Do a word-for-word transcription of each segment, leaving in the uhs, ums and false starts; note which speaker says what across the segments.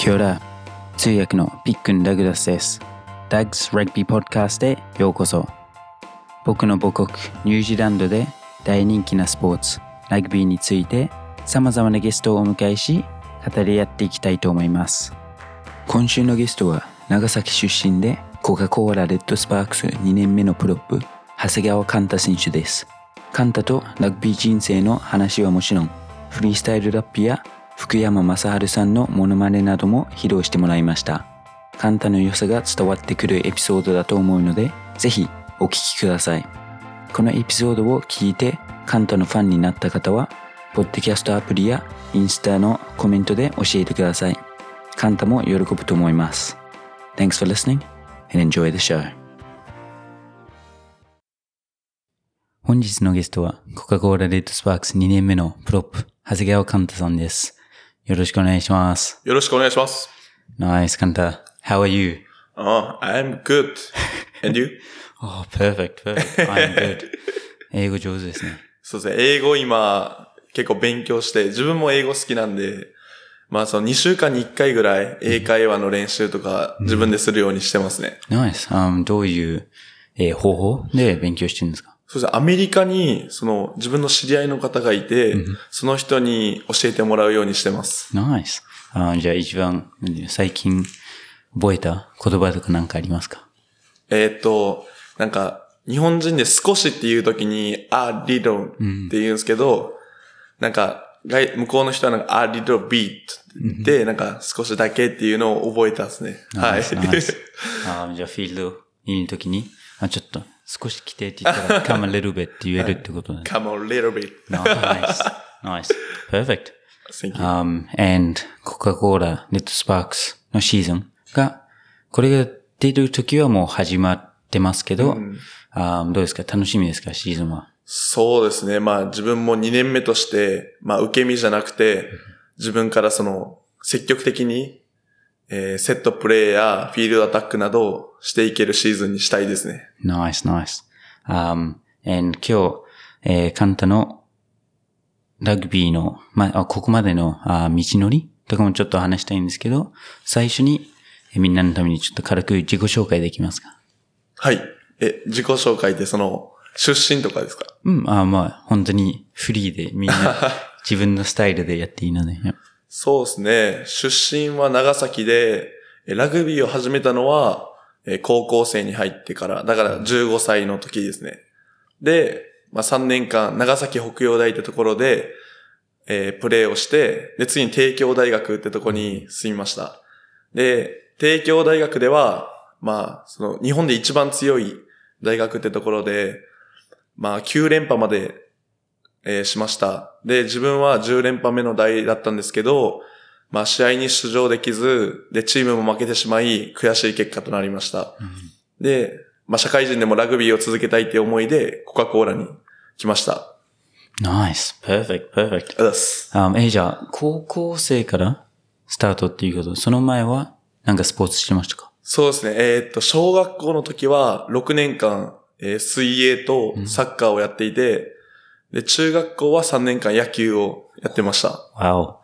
Speaker 1: キョラ、通訳のピックン・ダグラスです。ダグス・ラグビー・ポッドキャストへようこそ。僕の母国ニュージーランドで大人気なスポーツラグビーについて様々なゲストをお迎えし語り合っていきたいと思います。今週のゲストは長崎出身でコカ・コーラレッドスパークスにねんめのプロップ長谷川寛太選手です。寛太とラグビー人生の話はもちろんフリースタイルラップや福山雅治さんのモノマネなども披露してもらいました。寛太の良さが伝わってくるエピソードだと思うのでぜひお聞きください。このエピソードを聞いて寛太のファンになった方はポッドキャストアプリやインスタのコメントで教えてください。寛太も喜ぶと思います。 Thanks for listening and enjoy the show。 本日のゲストはコカ・コーラレッドスパークスにねんめのプロップ長谷川寛太さんです。よろしくお願いします。
Speaker 2: よろしくお願いします。
Speaker 1: Nice, 寛太。 How are you?
Speaker 2: Oh, I'm good. And you?
Speaker 1: Oh, perfect, perfect. I'm good. 英語上手ですね。
Speaker 2: そうですね。英語今結構勉強して、自分も英語好きなんで、まあそのにしゅうかんにいっかいぐらい英会話の練習とか自分でするようにしてますね。
Speaker 1: Nice. Um, どういう、えー、方法で勉強してるんですか？
Speaker 2: そうですね。アメリカにその自分の知り合いの方がいて、うん、その人に教えてもらうようにしてます。
Speaker 1: Nice. あ、じゃあ一番最近覚えた言葉とか何かありますか？
Speaker 2: えーっと、なんか日本人で少しっていう時に a little って言うんですけど、うん、なんか向こうの人はなんか a little bit で、うん、なんか少しだけっていうのを覚えたんですね。はい。
Speaker 1: Nice. あ、じゃあフィールドにいる時に、あ、ちょっと少し来てって言ったら come a little bit って言えるってことね。
Speaker 2: come a little bit.
Speaker 1: Nice. Nice. Perfect.
Speaker 2: Thank you.
Speaker 1: Um, and Coca-Cola Red Sparks のシーズンが、これが出る時はもう始まってますけど、うん、um, どうですか？楽しみですか？シーズンは。
Speaker 2: そうですね。まあ自分もにねんめとして、まあ受け身じゃなくて、自分からその積極的に、えー、セットプレーやフィールドアタックなどをしていけるシーズンにしたいですね。
Speaker 1: Nice, nice. Um, and 今日、えー、カンタのラグビーの、まあ、ここまでのあ道のりとかもちょっと話したいんですけど、最初に、えー、みんなのためにちょっと軽く自己紹介できますか？
Speaker 2: はい。え、自己紹介ってその、出身とかですか？
Speaker 1: うん、あまあ、本当にフリーでみんな自分のスタイルでやっていいので。
Speaker 2: そうですね。出身は長崎で、ラグビーを始めたのは、高校生に入ってから、だからじゅうごさいの時ですね。で、まあさんねんかん長崎北洋大ってところで、えー、プレーをして、で、次に帝京大学ってとこに進みました。で、帝京大学では、まあ、その日本で一番強い大学ってところで、まあきゅうれんぱまで、えー、しました。で、自分はじゅうれんぱめの代だったんですけど、まあ試合に出場できず、で、チームも負けてしまい、悔しい結果となりました。うん、で、まあ社会人でもラグビーを続けたいって思いで、コカ・コーラに来ました。
Speaker 1: Nice. Perfect. Perfect. Um, え、じゃあ、高校生からスタートっていうこと、その前はなんかスポーツしてましたか？
Speaker 2: そうですね。えー、っと、小学校の時はろくねんかん、えー、水泳とサッカーをやっていて、うん、で、中学校はさんねんかん野球をやってました。
Speaker 1: Wow.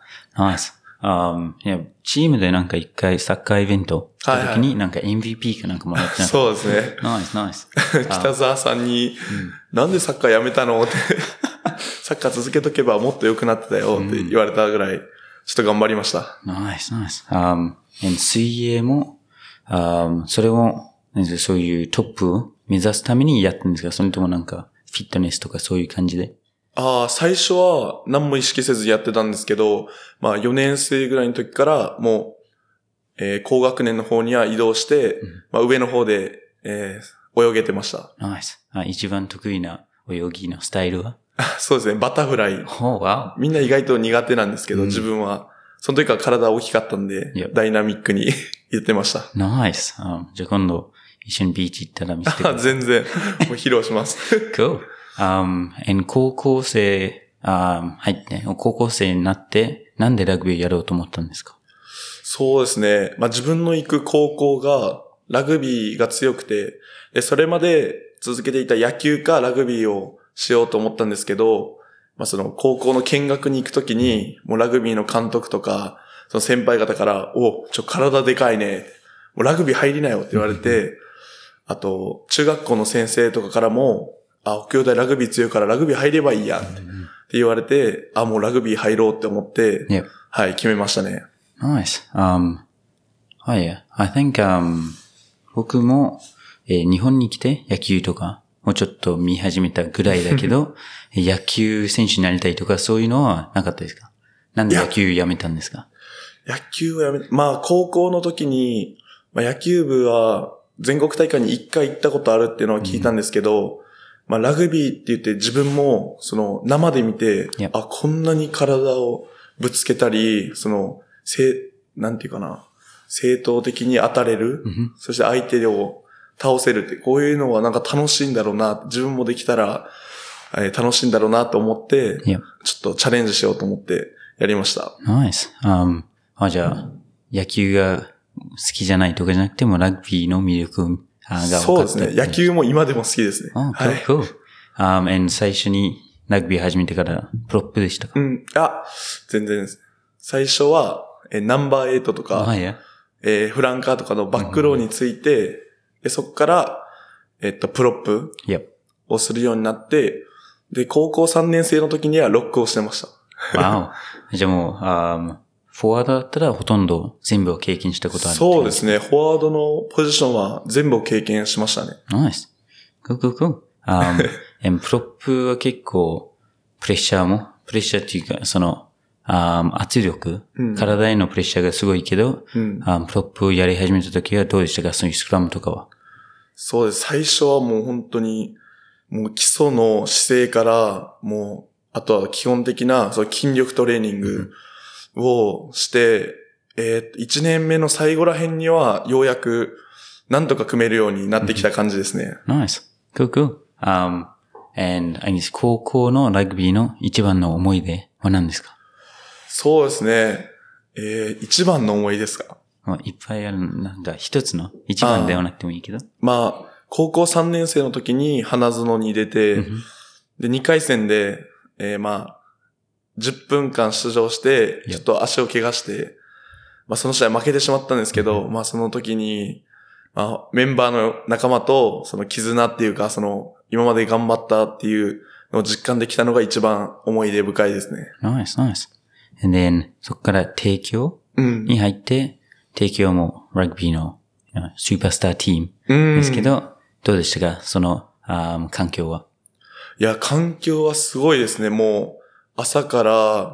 Speaker 1: Nice.Um, いやチームでなんか一回サッカーイベントした時になんか エムブイピー かなんかもらってなかった？
Speaker 2: そうですね。
Speaker 1: ナイスナイス。
Speaker 2: 北沢さんに、うん、なんでサッカーやめたのってサッカー続けとけばもっと良くなってたよって言われたぐらい、ちょっと頑張りました。
Speaker 1: ナイスナイス。Um, 水泳も、um, それをそういうトップを目指すためにやったんですか？それともなんかフィットネスとかそういう感じで？
Speaker 2: ああ、最初は何も意識せずやってたんですけど、まあよねん生ぐらいの時からもう、えー、高学年の方には移動して、うん、まあ上の方で、えー、泳げてました。
Speaker 1: ナイス。あ、一番得意な泳ぎのスタイルは？
Speaker 2: そうですね、バタフライ。
Speaker 1: Oh, wow.
Speaker 2: みんな意外と苦手なんですけど、うん、自分は、その時から体大きかったんで、yep. ダイナミックに言ってました。
Speaker 1: ナイス。じゃあ今度一緒にビーチ行ったら見せてください。
Speaker 2: 全然、もう披露します。
Speaker 1: Cool.Um, and 高校生、um, 入って、高校生になって、なんでラグビーをやろうと思ったんですか？
Speaker 2: そうですね。まあ、自分の行く高校が、ラグビーが強くて、で、それまで続けていた野球かラグビーをしようと思ったんですけど、まあ、その高校の見学に行くときに、もうラグビーの監督とか、 その先輩方から、お、ちょ、体でかいね。もうラグビー入りなよって言われて、あと、中学校の先生とかからも、あ、北京大ラグビー強いからラグビー入ればいいやんって言われて、あ、もうラグビー入ろうって思って、
Speaker 1: Yep.
Speaker 2: はい、決めましたね。
Speaker 1: Nice. Um, oh yeah. I think, um, 僕も、えー、日本に来て野球とかもうちょっと見始めたぐらいだけど、野球選手になりたいとかそういうのはなかったですか？なんで野球やめたんですか？
Speaker 2: 野球はやめ、まあ高校の時に、まあ、野球部は全国大会に一回行ったことあるっていうのは聞いたんですけど、うん、まあラグビーって言って自分もその生で見て、
Speaker 1: yep.
Speaker 2: あ、こんなに体をぶつけたり、その、せ、なんていうかな、正当的に当たれる、
Speaker 1: mm-hmm.
Speaker 2: そして相手を倒せるって、こういうのはなんか楽しいんだろうな、自分もできたら、えー、楽しいんだろうなと思って、
Speaker 1: yep.
Speaker 2: ちょっとチャレンジしようと思ってやりました。
Speaker 1: Nice. Um, あ、じゃあ、野球が好きじゃないとかじゃなくてもラグビーの魅力が分かった。
Speaker 2: そうですね。野球も今でも好きですね。
Speaker 1: Oh, cool, はい。cool. Um, and 最初にラグビー始めてからプロップでしたか？
Speaker 2: うん。あ、全然です。最初は、えナンバーエイトとか、
Speaker 1: oh, yeah.
Speaker 2: えー、フランカーとかのバックローについて、うん、でそこから、えっと、プロップをするようになって、で、高校さんねん生の時にはロックをしてました。
Speaker 1: わお。じゃあもう、um, フォワードだったらほとんど全部を経験したことある？
Speaker 2: そうですね。フォワードのポジションは全部を経験しましたね。
Speaker 1: Nice. Cool, cool, cool. Um, プロップは結構プレッシャーも、プレッシャーっていうか、その、um, 圧力、うん、体へのプレッシャーがすごいけど、うん、um, プロップをやり始めた時はどうでしたか？そういうスクラムとかは。
Speaker 2: そうです。最初はもう本当に、もう基礎の姿勢から、もう、あとは基本的なその筋力トレーニングをして、うん、えー、いちねんめの最後ら辺にはようやくなんとか組めるようになってきた感じですね。
Speaker 1: うん、Nice. Cool, cool. Um, and, I guess 高校のラグビーの一番の思い出は何ですか？
Speaker 2: そうですね。えー、一番の思いですか？
Speaker 1: いっぱいある、なんか一つの一番ではなくてもいいけど。
Speaker 2: まあ、高校さんねん生の時に花園に出て、うん、で、にかい戦で、えー、まあ、じゅっぷんかん出場して、ちょっと足を怪我して、まあその試合負けてしまったんですけど、うん、まあその時に、まあメンバーの仲間とその絆っていうか、その今まで頑張ったっていうのを実感できたのが一番思い出深いですね。
Speaker 1: Nice, nice. And then, そこから帝京に入って、うん、帝京もラグビーのスーパースターチームですけど、うん、どうでしたか？その、あ環境は。
Speaker 2: いや、環境はすごいですね。もう、朝から、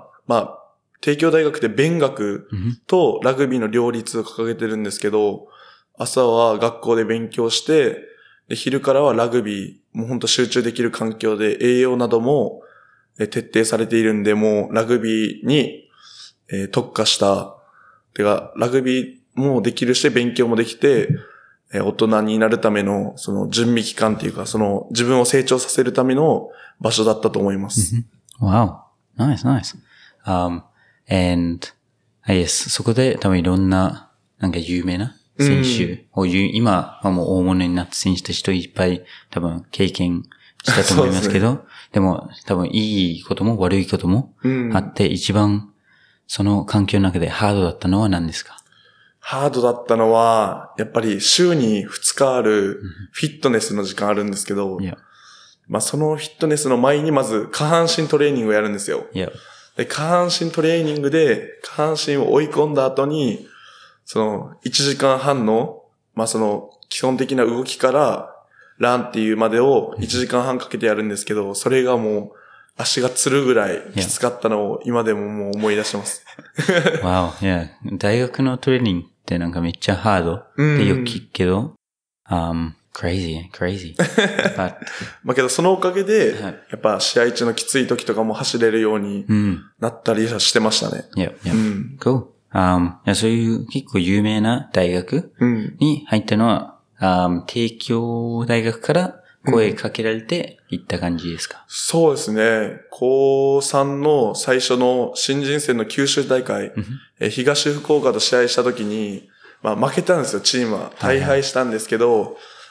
Speaker 2: まあ、帝京大学って勉学とラグビーの両立を掲げてるんですけど、朝は学校で勉強して、で昼からはラグビー、もうほんと集中できる環境で栄養なども徹底されているんで、もうラグビーに特化した、てか、ラグビーもできるし、勉強もできて、大人になるための、その準備期間っていうか、その自分を成長させるための場所だったと思います。
Speaker 1: Wow. Nice, nice. Um, and, I guess, そこで多分いろんな、なんか有名な選手を、うん、今はもう大物になった選手たちといっぱい多分経験したと思いますけど、でね、でも多分いいことも悪いこともあって、うん、一番その環境の中でハードだったのは何ですか？
Speaker 2: ハードだったのは、やっぱり週にふつかあるフィットネスの時間あるんですけど、
Speaker 1: yeah.
Speaker 2: まあそのフィットネスの前にまず下半身トレーニングをやるんですよ。
Speaker 1: Yeah.
Speaker 2: で、下半身トレーニングで下半身を追い込んだ後に、そのいちじかんはんの、まあその基本的な動きからランっていうまでをいちじかんはんかけてやるんですけど、それがもう足がつるぐらいきつかったのを今でももう思い出してます。
Speaker 1: wow, yeah. 大学のトレーニングってなんかめっちゃハードってよく聞くけど、um, crazy, crazy. But,
Speaker 2: まあけどそのおかげで、やっぱ試合中のきつい時とかも走れるようになったりしてましたね。
Speaker 1: Yeah, yeah. うん、cool. Um, いやそういう結構有名な大学に入ったのは、um, 帝京大学から声かけられて行った感じですか？うん、
Speaker 2: そうですね。高さんの最初の新人戦の九州大会、え東福岡と試合した時に、まあ負けたんですよ、チームは。大敗したんですけど、はいはい、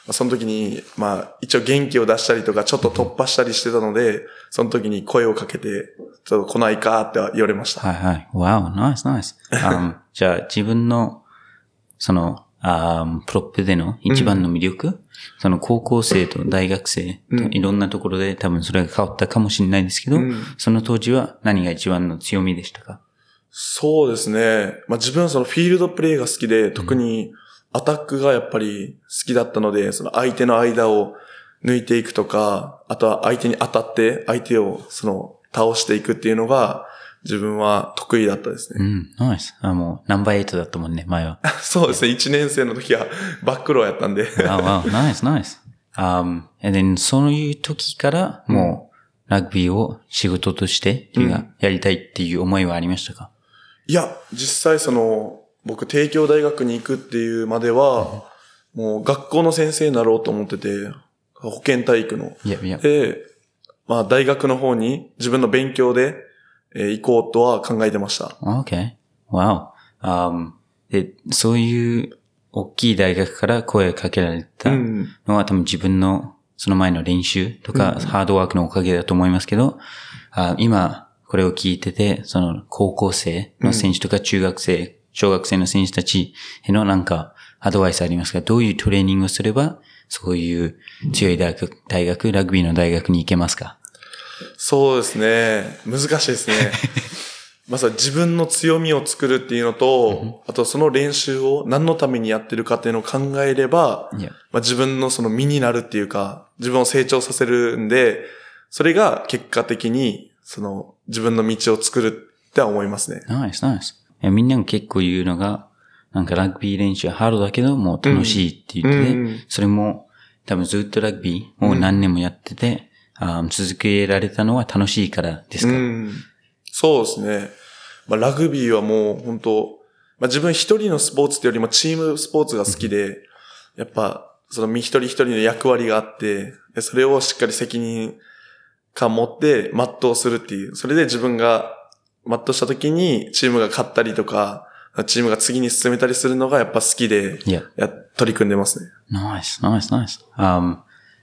Speaker 2: その時に、まあ、一応元気を出したりとか、ちょっと突破したりしてたので、その時に声をかけて、ちょっと来ないかって言われました。
Speaker 1: はいはい。Wow, nice, nice. um, じゃあ自分の、その、um, プロップでの一番の魅力、うん、その高校生と大学生といろんなところで多分それが変わったかもしれないですけど、うん、その当時は何が一番の強みでしたか？
Speaker 2: そうですね。まあ自分はそのフィールドプレイが好きで、特に、うんアタックがやっぱり好きだったので、その相手の間を抜いていくとか、あとは相手に当たって相手をその倒していくっていうのが自分は得意だったですね。
Speaker 1: うん、ナイス。あ、もうナンバーエイトだったもんね、前は。
Speaker 2: そうですね、いちねん生の時はバックローやったんで。
Speaker 1: あ、あ、ナイス、ナイス。Um, and then そういう時からもうラグビーを仕事として、うん、やりたいっていう思いはありましたか？
Speaker 2: いや、実際その、僕、帝京大学に行くっていうまでは、うん、もう学校の先生になろうと思ってて、保健体育の。
Speaker 1: いやいや
Speaker 2: で、まあ大学の方に自分の勉強で、えー、行こうとは考えてました。
Speaker 1: Okay. Wow. Um, で、そういう大きい大学から声をかけられたのは、うん、多分自分のその前の練習とか、うん、ハードワークのおかげだと思いますけど、あ今これを聞いてて、その高校生の選手とか中学生、うん小学生の選手たちへのなんかアドバイスありますか？どういうトレーニングをすれば、そういう強い大学、大学、ラグビーの大学に行けますか？
Speaker 2: そうですね。難しいですね。まずは自分の強みを作るっていうのと、あとその練習を何のためにやってるかっていうのを考えれば、
Speaker 1: yeah.
Speaker 2: まあ、自分のその身になるっていうか、自分を成長させるんで、それが結果的にその自分の道を作るって思いますね。
Speaker 1: ナイス、ナイス。みんなが結構言うのが、なんかラグビー練習はハードだけどもう楽しいって言ってて、うん、それも多分ずっとラグビーを何年もやってて、うん、続けられたのは楽しいからですか？
Speaker 2: うん、そうですね。まあ、ラグビーはもう本当、まあ、自分一人のスポーツってよりもチームスポーツが好きで、うん、やっぱその一人一人の役割があって、それをしっかり責任感持って全うするっていう、それで自分がマットした時にチームが勝ったりとか、チームが次に進めたりするのがやっぱ好きで、や、取り組んでますね。
Speaker 1: Nice, nice, nice. Um,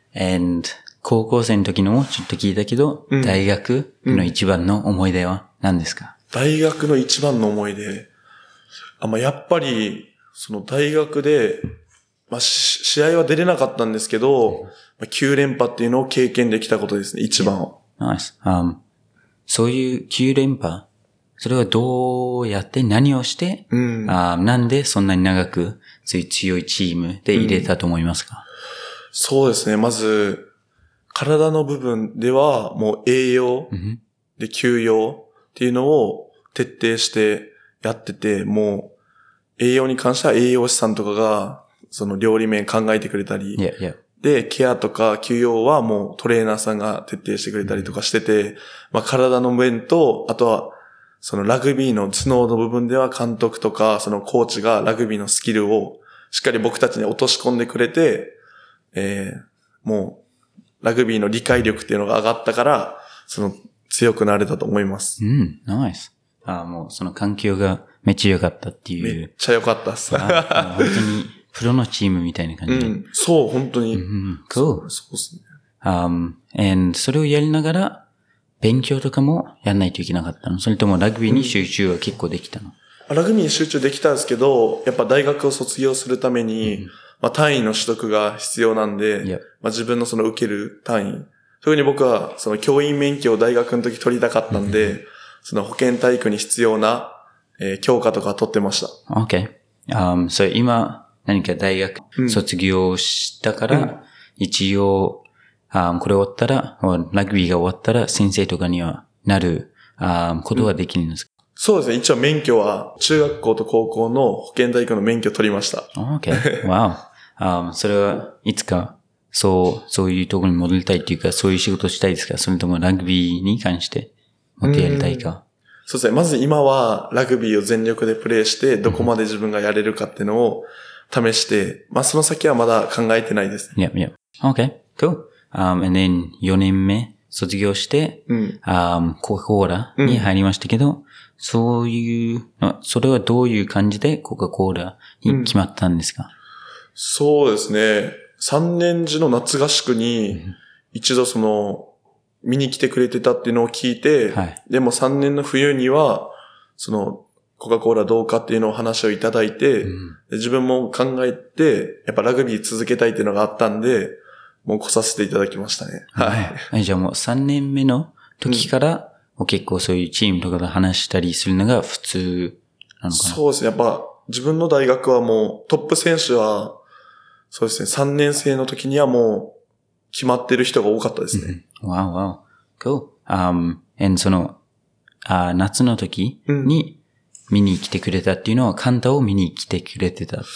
Speaker 1: and 高校生の時のもちょっと聞いたけど、うん、大学の一番の思い出は何ですか？
Speaker 2: うん、大学の一番の思い出。あ、まあ、やっぱり、その大学で、まあ、試合は出れなかったんですけど、まあ、きゅう連覇っていうのを経験できたことですね、一番は。
Speaker 1: Nice. Um, そういうきゅう連覇それはどうやって何をして、うん、あなんでそんなに長くそういう強いチームで入れたと思いますか？うん、
Speaker 2: そうですね。まず、体の部分ではもう栄養で休養っていうのを徹底してやってて、もう栄養に関しては栄養士さんとかがその料理面考えてくれたり、
Speaker 1: yeah, yeah.
Speaker 2: で、ケアとか休養はもうトレーナーさんが徹底してくれたりとかしてて、まあ体の面と、あとはそのラグビーの頭脳の部分では監督とかそのコーチがラグビーのスキルをしっかり僕たちに落とし込んでくれて、えー、もうラグビーの理解力っていうのが上がったから、その強くなれたと思います。
Speaker 1: うん、ナイス。あ、もうその環境がめっちゃ良かったっていう。
Speaker 2: めっちゃ良かったっす。
Speaker 1: 本当にプロのチームみたいな感じ。
Speaker 2: うん、そう、本当に。
Speaker 1: うん、cool。
Speaker 2: そうですね。
Speaker 1: Um, and それをやりながら、勉強とかもやんないといけなかったの？それともラグビーに集中は結構できたの？
Speaker 2: うん、ラグビーに集中できたんですけど、やっぱ大学を卒業するために、うんまあ、単位の取得が必要なんで、
Speaker 1: yep.
Speaker 2: まあ、自分のその受ける単位。そういうふうに僕はその教員免許を大学の時取りたかったんで、うん、その保健体育に必要な、えー、教科とか取ってました。
Speaker 1: OK。Um, so 今何か大学卒業したから、うん、一応、あこれ終わったら、ラグビーが終わったら先生とかにはなるあことはできるんですか？
Speaker 2: うん、そうですね。一応免許は中学校と高校の保健体育の免許取りました。
Speaker 1: OK。wow。あそれはいつかそう、そういうところに戻りたいっていうか、そういう仕事したいですか？それともラグビーに関してもっとやりたいか？
Speaker 2: そうですね。まず今はラグビーを全力でプレーして、どこまで自分がやれるかっていうのを試して、まあその先はまだ考えてないです。
Speaker 1: Yep, yep. Okay, cool.Um, and then よねんめ卒業して、
Speaker 2: うん
Speaker 1: um, コカ・コーラに入りましたけど、うん、そういう、それはどういう感じでコカ・コーラに決まったんですか？
Speaker 2: うん、そうですね。 さんねん時の夏合宿に一度その見に来てくれてたっていうのを聞いて、はい、でもさんねんの冬にはそのコカ・コーラどうかっていうのを話をいただいて、うん、自分も考えてやっぱラグビー続けたいっていうのがあったんで、もう来させていただきましたね。
Speaker 1: はい。じゃあもうさんねんめの時から、うん、結構そういうチームとかで話したりするのが普通なのかな。
Speaker 2: そうですね。やっぱ自分の大学はもうトップ選手はそうですね。さんねん生の時にはもう決まってる人が多かったですね。
Speaker 1: わおわお。Cool. Um, and その、あ夏の時に見に来てくれたっていうのは、カンタを見に来てくれてたってこと？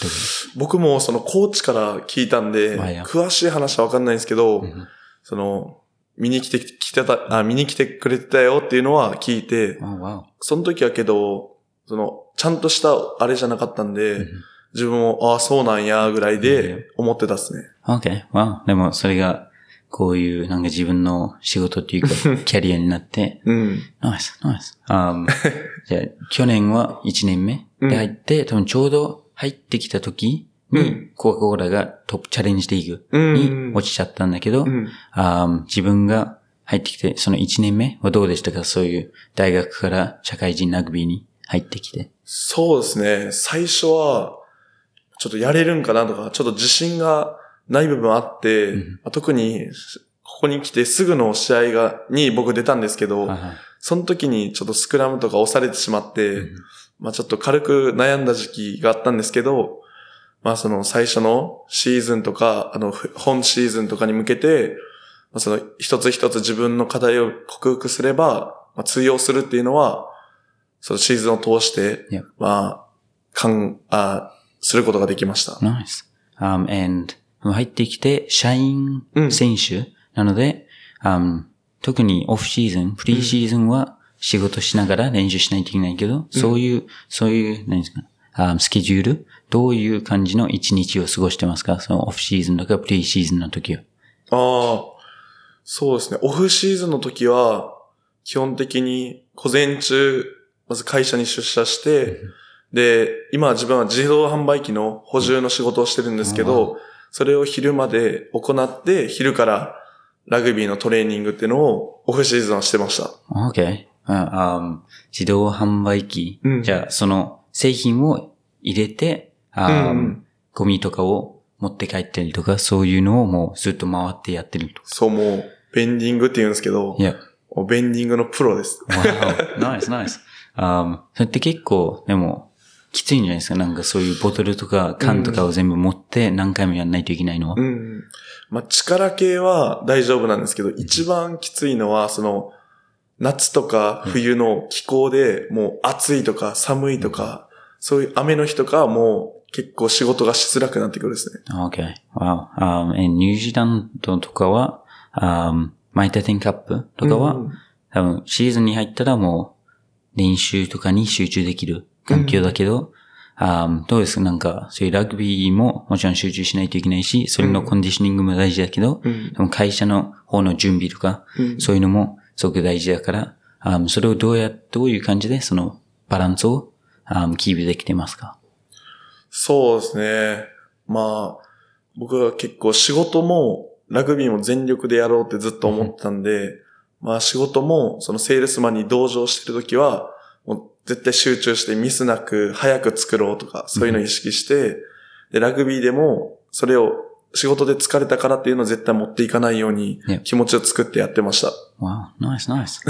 Speaker 2: 僕もそのコーチから聞いたんで、詳しい話はわかんないんですけど、うん、その、見に来て、来てた、あ、見に来てくれてたよっていうのは聞いて、
Speaker 1: wow, wow.
Speaker 2: その時はけど、その、ちゃんとしたあれじゃなかったんで、うん、自分も、ああ、そうなんや、ぐらいで思ってたっすね。
Speaker 1: OK. Wow. でも、それが、こういう、なんか自分の仕事っていうか、キャリアになって、
Speaker 2: うん。
Speaker 1: ナイス、ナイス。Um, じゃあ、去年はいちねんめで入って、うん、多分ちょうど入ってきた時に、うん、コカ・コーラがトップチャレンジリーグに落ちちゃったんだけど、うん、um, 自分が入ってきて、そのいちねんめはどうでしたか？そういう大学から社会人ラグビーに入ってきて。
Speaker 2: そうですね。最初は、ちょっとやれるんかなとか、ちょっと自信がない部分あって、うん、特にここに来てすぐの試合がに僕出たんですけど、はいはい、その時にちょっとスクラムとか押されてしまって、うん、まあちょっと軽く悩んだ時期があったんですけど、まあその最初のシーズンとか、あの本シーズンとかに向けて、まあ、その一つ一つ自分の課題を克服すれば、まあ、通用するっていうのは、そのシーズンを通して、
Speaker 1: yeah.
Speaker 2: まあ、かん、あ、することができました。
Speaker 1: Nice. Um, and 入ってきて、社員選手なので、うんum, 特にオフシーズン、プリーシーズンは仕事しながら練習しないといけないけど、うん、そういう、そういう、何ですか、um, スケジュール、どういう感じの一日を過ごしてますか？そのオフシーズンとかプリーシーズンの時は。
Speaker 2: ああ、そうですね。オフシーズンの時は、基本的に午前中、まず会社に出社して、うん、で、今自分は自動販売機の補充の仕事をしてるんですけど、うん、それを昼まで行って、昼からラグビーのトレーニングっていうのをオフシーズンはしてました。
Speaker 1: OK。Uh, um, 自動販売機、うん。じゃあ、その製品を入れて、um, うん、ゴミとかを持って帰ったりとか、そういうのをもうずっと回ってやってると。
Speaker 2: そう、もう、ベンディングって言うんですけど、
Speaker 1: yeah.
Speaker 2: ベンディングのプロです。
Speaker 1: wow. ナイスナイス。Um, それって結構、でも、きついんじゃないですか？なんかそういうボトルとか缶とかを全部持って何回もやんないといけないのは。
Speaker 2: うん。まあ、力系は大丈夫なんですけど、一番きついのは、その、夏とか冬の気候でもう暑いとか寒いとか、そういう雨の日とかはもう結構仕事がしづらくなってくるですね。
Speaker 1: Okay. Wow. Um, ニュージーランドとかは、um, マイタテンカップとかは、うん、多分シーズンに入ったらもう練習とかに集中できる環境だけど、うん、um, どうですか？なんかそういうラグビーももちろん集中しないといけないし、それのコンディショニングも大事だけど、うん、でも会社の方の準備とか、うん、そういうのもすごく大事だから、um, それをどうや、どういう感じでそのバランスを、um, キープできてますか？
Speaker 2: そうですね。まあ、僕は結構仕事もラグビーも全力でやろうってずっと思ってたんで、うん、まあ仕事もそのセールスマンに同乗してるときは、もう絶対集中してミスなく早く作ろうとか、そういうのを意識して、うん、で、ラグビーでもそれを仕事で疲れたからっていうのを絶対持っていかないように気持ちを作ってやってました。
Speaker 1: Wow, nice, nice.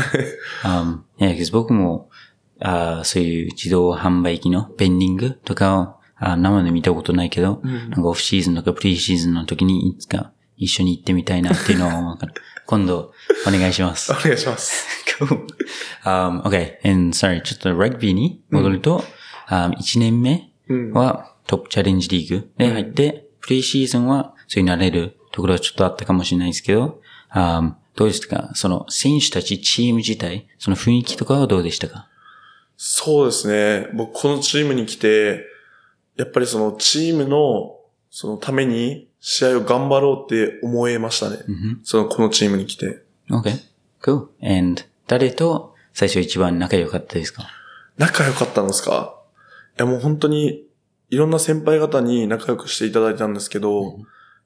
Speaker 1: um, yeah, 僕も、あそういう自動販売機のベンディングとかをあ生で見たことないけど、うん、なんかオフシーズンとかプリーシーズンの時にいつか一緒に行ってみたいなっていうのを思うから、今度お願いします。
Speaker 2: お願いします。
Speaker 1: cool. Um, okay, and sorry, ちょっとラグビーに戻ると、うん、um, いちねんめはトップチャレンジリーグで入って、うん、プリーシーズンはそういう慣れるところはちょっとあったかもしれないですけど、um, どうでしたか？その選手たち、チーム自体、その雰囲気とかはどうでしたか？
Speaker 2: そうですね。僕このチームに来て、やっぱりそのチームのそのために試合を頑張ろうって思えましたね。Mm-hmm. そのこのチームに来て。
Speaker 1: Okay, cool. And 誰と最初一番仲良かったですか？
Speaker 2: 仲良かったんですか？いやもう本当にいろんな先輩方に仲良くしていただいたんですけど、mm-hmm.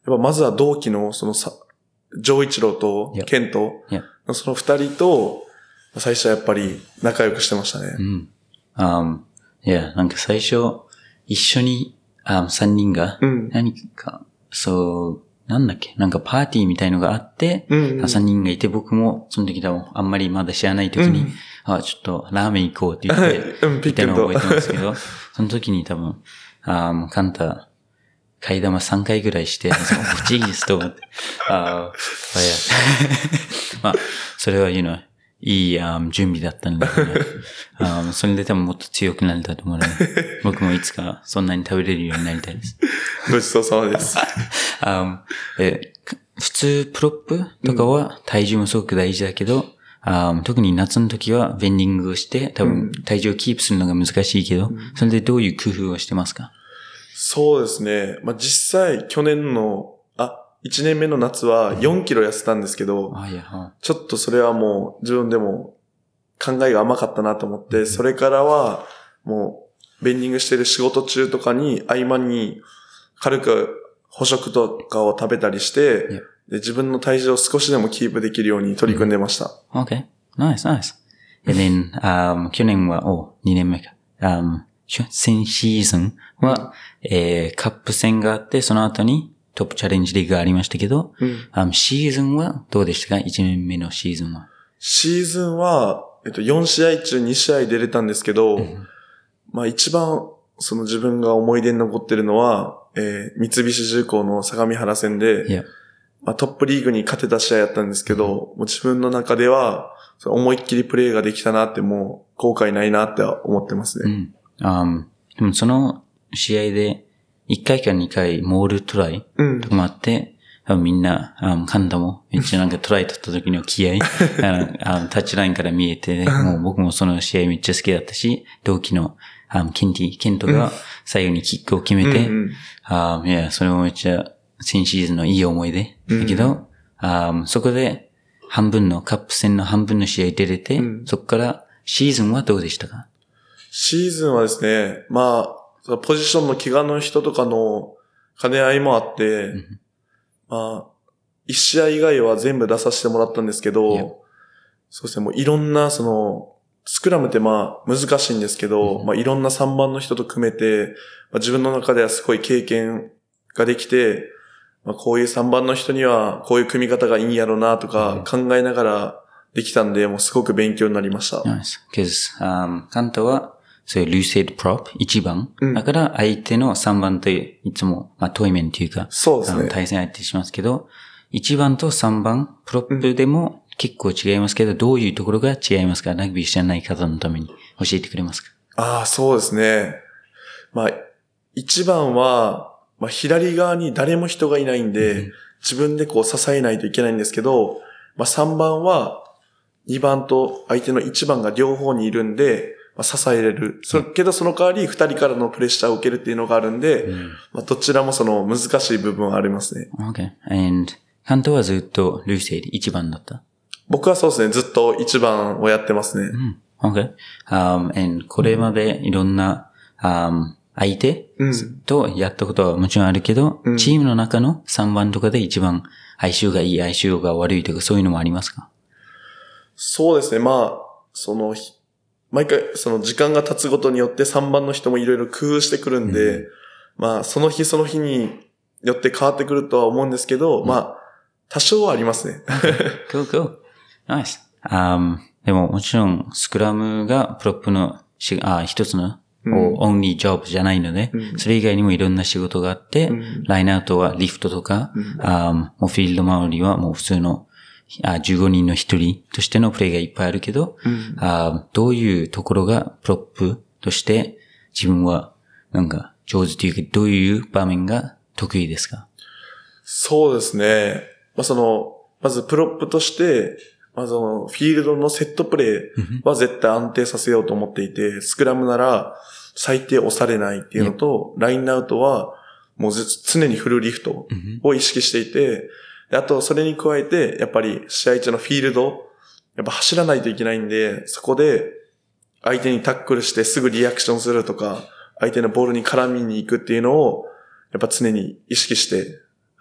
Speaker 2: ぱまずは同期のそのさ、ジョーイチローとケントのその二人と、最初はやっぱり仲良くしてましたね。
Speaker 1: うん。Um, いや、なんか最初、一緒に、um, 三人が、何か、うん、そう、なんだっけ、なんかパーティーみたいのがあって、うんうん、三人がいて、僕もその時だもあんまりまだ知らない時に、うん、あ、ちょっとラーメン行こうって言って、うん、いたのを覚えてますけど、その時に多分、あカンタ、替え玉さんかいぐらいして、ジースと思って、あまあ、それは、you know、いい、um, 準備だったんだけど、ねum, それで多分もっと強くなれたと思うので、僕もいつかそんなに食べれるようになりたいです。
Speaker 2: ごちそうさまです。
Speaker 1: um, え普通、プロップとかは体重もすごく大事だけど、うん、um, 特に夏の時はベンディングをして、多分体重をキープするのが難しいけど、うん、それでどういう工夫をしてますか？
Speaker 2: そうですね。まあ、実際、去年の、あ、いちねんめの夏はよんキロ痩せたんですけど、
Speaker 1: あいや
Speaker 2: ちょっとそれはもう自分でも考えが甘かったなと思って、それからはもうベンディングしてる仕事中とかに合間に軽く捕食とかを食べたりして、で自分の体重を少しでもキープできるように取り組んでました。
Speaker 1: Okay. Nice, nice. And then, um, 去年は、お、にねんめか。Um, 先シーズンは、えー、カップ戦があって、その後にトップチャレンジリーグがありましたけど、うん、um, シーズンはどうでしたか？ いち 年目のシーズンは。
Speaker 2: シーズンは、えっと、よん試合中に試合出れたんですけど、うん、まあ一番、その自分が思い出に残ってるのは、えー、三菱重工の相模原戦で、yeah. まあ、トップリーグに勝てた試合やったんですけど、うん、もう自分の中では、思いっきりプレーができたなってもう後悔ないなって思ってますね。
Speaker 1: うん。um, でもその試合でいっかいかにかいモールトライとかもあって、うん、多分みんな、um, カンタもめっちゃなんかトライ取った時の気合あのタッチラインから見えて、もう僕もその試合めっちゃ好きだったし、同期の、um, ケンティ、ケントが最後にキックを決めて、うんうんum, いや、それもめっちゃ先シーズンのいい思い出だけど、うん um, そこで半分のカップ戦の半分の試合出れて、うん、そこからシーズンはどうでしたか？
Speaker 2: シーズンはですね、まあ、ポジションの怪我の人とかの兼ね合いもあって、うん、まあ、一試合以外は全部出させてもらったんですけど、そうですね、もういろんな、その、スクラムってまあ難しいんですけど、うん、まあいろんなさんばんの人と組めて、まあ、自分の中ではすごい経験ができて、まあ、こういうさんばんの人にはこういう組み方がいいんやろうなとか考えながらできたんで、もうすごく勉強になりました。
Speaker 1: Nice. Because, um, カンタは、そういうルーセイドプロップ、いちばん。うん、だから相手のさんばんといつも、まあ、対面というか、
Speaker 2: そうですね。
Speaker 1: 対戦相手しますけど、いちばんとさんばん、プロップでも結構違いますけど、うん、どういうところが違いますか？ラグビー知らない方のために教えてくれますか？
Speaker 2: ああ、そうですね。まあ、いちばんは、まあ、左側に誰も人がいないんで、うん、自分でこう支えないといけないんですけど、まあ、さんばんは、にばんと相手のいちばんが両方にいるんで、まあ、支えれる。それけどその代わりふたりからのプレッシャーを受けるっていうのがあるんで、うん、まあ、どちらもその難しい部分はありますね。
Speaker 1: Okay. And カントはずっとルーセイでいちばんだった？
Speaker 2: 僕はそうですね。ずっといちばんをやってますね。
Speaker 1: うん。Okay. Um, and これまでいろんな、um, 相手とやったことはもちろんあるけど、うん、チームの中のさんばんとかで一番相性がいい、相性が悪いとかそういうのもありますか？
Speaker 2: そうですね。まあ、その、毎回その時間が経つごとによってさんばんの人もいろいろ工夫してくるんで、うん、まあその日その日によって変わってくるとは思うんですけど、うん、まあ多少はありますね。
Speaker 1: cool, cool. Nice. Um, でももちろんスクラムがプロップのしあ一つのオンリージョブじゃないので、うん、それ以外にもいろんな仕事があって、うん、ラインアウトはリフトとか、うん、あもうフィールド周りはもう普通のあじゅうごにんの一人としてのプレーがいっぱいあるけど、うん、あどういうところがプロップとして自分はなんか上手というかどういう場面が得意ですか？
Speaker 2: そうですね。まあ、その、まずプロップとして、まあ、そのフィールドのセットプレーは絶対安定させようと思っていて、スクラムなら最低押されないっていうのと、ラインアウトはもう常にフルリフトを意識していて、あとそれに加えてやっぱり試合中のフィールドやっぱ走らないといけないんで、そこで相手にタックルしてすぐリアクションするとか、相手のボールに絡みに行くっていうのをやっぱ常に意識して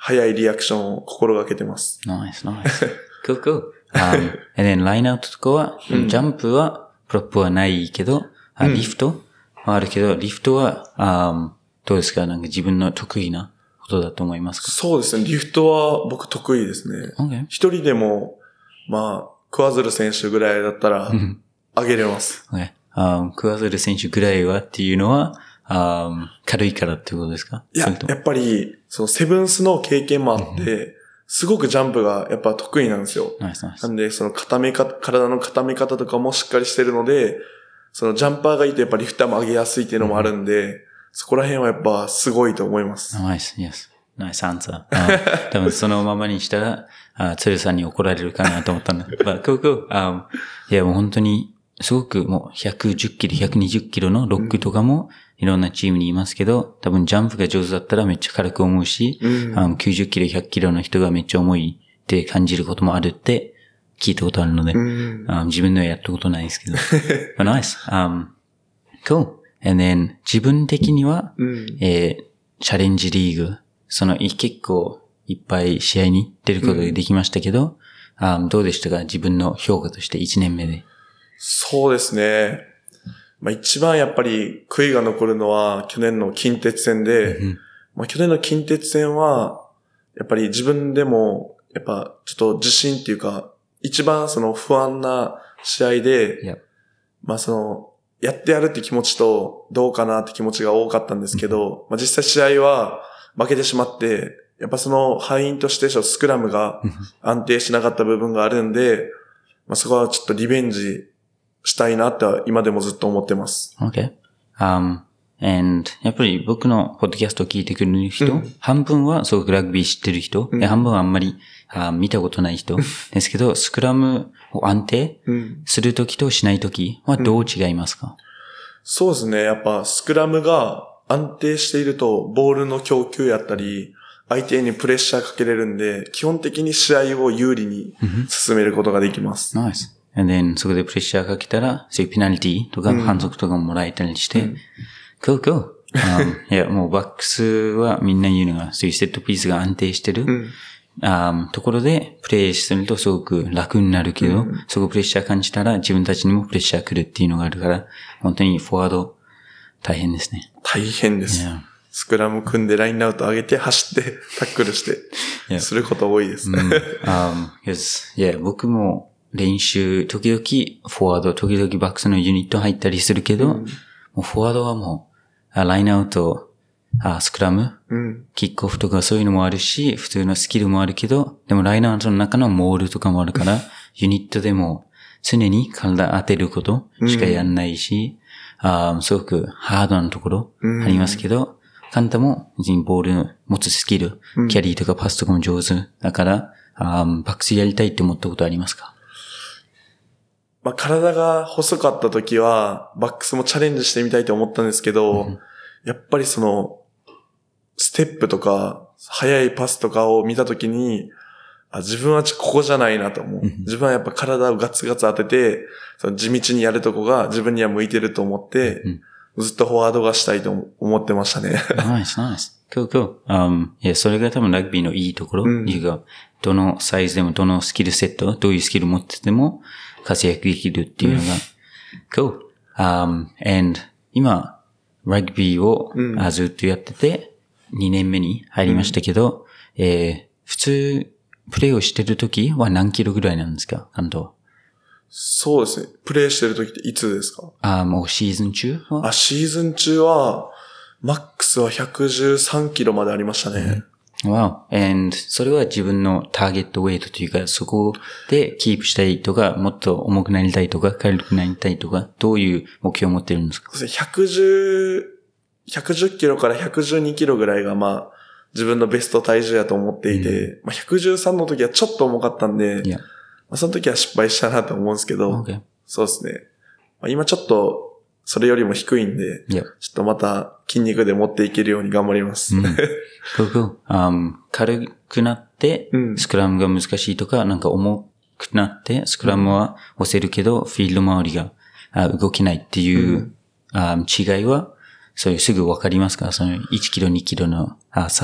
Speaker 2: 早いリアクションを心がけてます。
Speaker 1: Nice, nice. Cool, cool. Um, and then ラインアウトとかは、ジャンプは、プロップはないけど、あリフトはあるけど、リフトは、um, どうですか？なんか自分の得意なことだと思いますか？
Speaker 2: そうですね。リフトは僕得意ですね。
Speaker 1: Okay.
Speaker 2: 一人でも、まあ、クワズル選手ぐらいだったら、上げれます。
Speaker 1: Okay. Um, クワズル選手ぐらいはっていうのは、um, 軽いからってことですか？
Speaker 2: いや、やっぱり、そのセブンスの経験もあって、すごくジャンプがやっぱ得意なんですよ。
Speaker 1: Nice, nice.
Speaker 2: なんで、その固めか、体の固め方とかもしっかりしてるので、そのジャンパーがいてやっぱリフターも上げやすいっていうのもあるんで、そこら辺はやっぱすごいと思います。
Speaker 1: Nice, yes. Nice answer. 多分そのままにしたら、あ鶴さんに怒られるかなと思ったんだ。But cool, cool. Um, いやもう本当に、すごくもうひゃくじゅっキロ、ひゃくにじゅっキロのロックとかもいろんなチームにいますけど、多分ジャンプが上手だったらめっちゃ軽く思うし、うん、um, きゅうじゅっキロ、ひゃくキロの人がめっちゃ重いって感じることもあるって聞いたことあるので、うん、um, 自分ではやったことないですけど。But nice. Um, cool. And then 自分的には、うん、えー、チャレンジリーグ、その結構いっぱい試合に出ることができましたけど、うん、um, どうでしたか？自分の評価としていちねんめで。
Speaker 2: そうですね。まあ一番やっぱり悔いが残るのは去年の近鉄戦で、うん、まあ去年の近鉄戦は、やっぱり自分でも、やっぱちょっと自信っていうか、一番その不安な試合で、
Speaker 1: yep.
Speaker 2: まあその、やってやるって気持ちと、どうかなって気持ちが多かったんですけど、まあ実際試合は負けてしまって、やっぱその敗因としてスクラムが安定しなかった部分があるんで、まあそこはちょっとリベンジしたいなって今でもずっと思ってます。
Speaker 1: Okay. Um, and やっぱり僕のポッドキャストを聞いてくる人、うん、半分はすごくラグビー知ってる人、うん、半分はあんまりあ見たことない人ですけど、スクラムを安定するときとしないときはどう違いますか？うん、
Speaker 2: そうですね。やっぱスクラムが安定しているとボールの供給やったり、相手にプレッシャーかけれるんで、基本的に試合を有利に進めることができます。
Speaker 1: ナイス。And then そこでプレッシャーかけたら、そういうペナルティとか反則とかももらえたりして、うん、cool, cool. um, いや、もうバックスはみんな言うのが、そういうセットピースが安定してる、うんum, ところでプレイするとすごく楽になるけど、うん、そこプレッシャー感じたら自分たちにもプレッシャー来るっていうのがあるから、本当にフォワード大変ですね。
Speaker 2: 大変です。Yeah. スクラム組んでラインアウト上げて走ってタックルして、yeah. すること多いですね。うん
Speaker 1: um, yes. yeah, 僕も練習、時々フォワード、時々バックスのユニット入ったりするけど、うん、もうフォワードはもう、ラインアウト、あ、スクラム、うん、キックオフとかそういうのもあるし、普通のスキルもあるけど、でもラインアウトの中のモールとかもあるから、ユニットでも常に体当てることしかやんないし、うん、あすごくハードなところありますけど、カンタもボール持つスキル、うん、キャリーとかパスとかも上手だから、あバックスやりたいって思ったことありますか？
Speaker 2: まあ、体が細かった時は、バックスもチャレンジしてみたいと思ったんですけど、うん、やっぱりその、ステップとか、速いパスとかを見たときに、あ、自分はここじゃないなと思う。自分はやっぱ体をガツガツ当てて、その地道にやるとこが自分には向いてると思って、うん、ずっとフォワードがしたいと思ってましたね。
Speaker 1: ナイス、ナイス。cool, cool. Um, いや、それが多分ラグビーのいいところ。うん、いうか、どのサイズでも、どのスキルセット、どういうスキル持ってても活躍できるっていうのが、cool. Um, and 今、ラグビーを、うん、ずっとやってて、にねんめに入りましたけど、うん、えー、普通、プレイをしてるときは何キロぐらいなんですか、関東？
Speaker 2: そうですね。プレイしてるときっていつですか？
Speaker 1: あ、もうシーズン中は？
Speaker 2: あ、シーズン中は、マックスはひゃくじゅうさんキロまでありましたね。
Speaker 1: Wow. And それは自分のターゲットウェイトというか、そこでキープしたいとか、もっと重くなりたいとか、軽くなりたいとか、どういう目標を持ってるんですか？
Speaker 2: ひゃくじゅう、ひゃくじゅっキロからひゃくじゅうにキロぐらいがまあ、自分のベスト体重やと思っていて、うん、まあ、ひゃくじゅうさんの時はちょっと重かったんで、
Speaker 1: yeah.
Speaker 2: まあ、その時は失敗したなと思うんですけど、
Speaker 1: okay.
Speaker 2: そうですね。まあ、今ちょっと、それよりも低いんで、
Speaker 1: yeah.
Speaker 2: ちょっとまた筋肉で持っていけるように頑張ります。
Speaker 1: うん、cool, cool. Um, 軽くなって、スクラムが難しいとか、なんか重くなって、スクラムは押せるけど、フィールド周りが動けないっていう、うん、違いは、そういうすぐわかりますか？そのいちキロにキロの差で。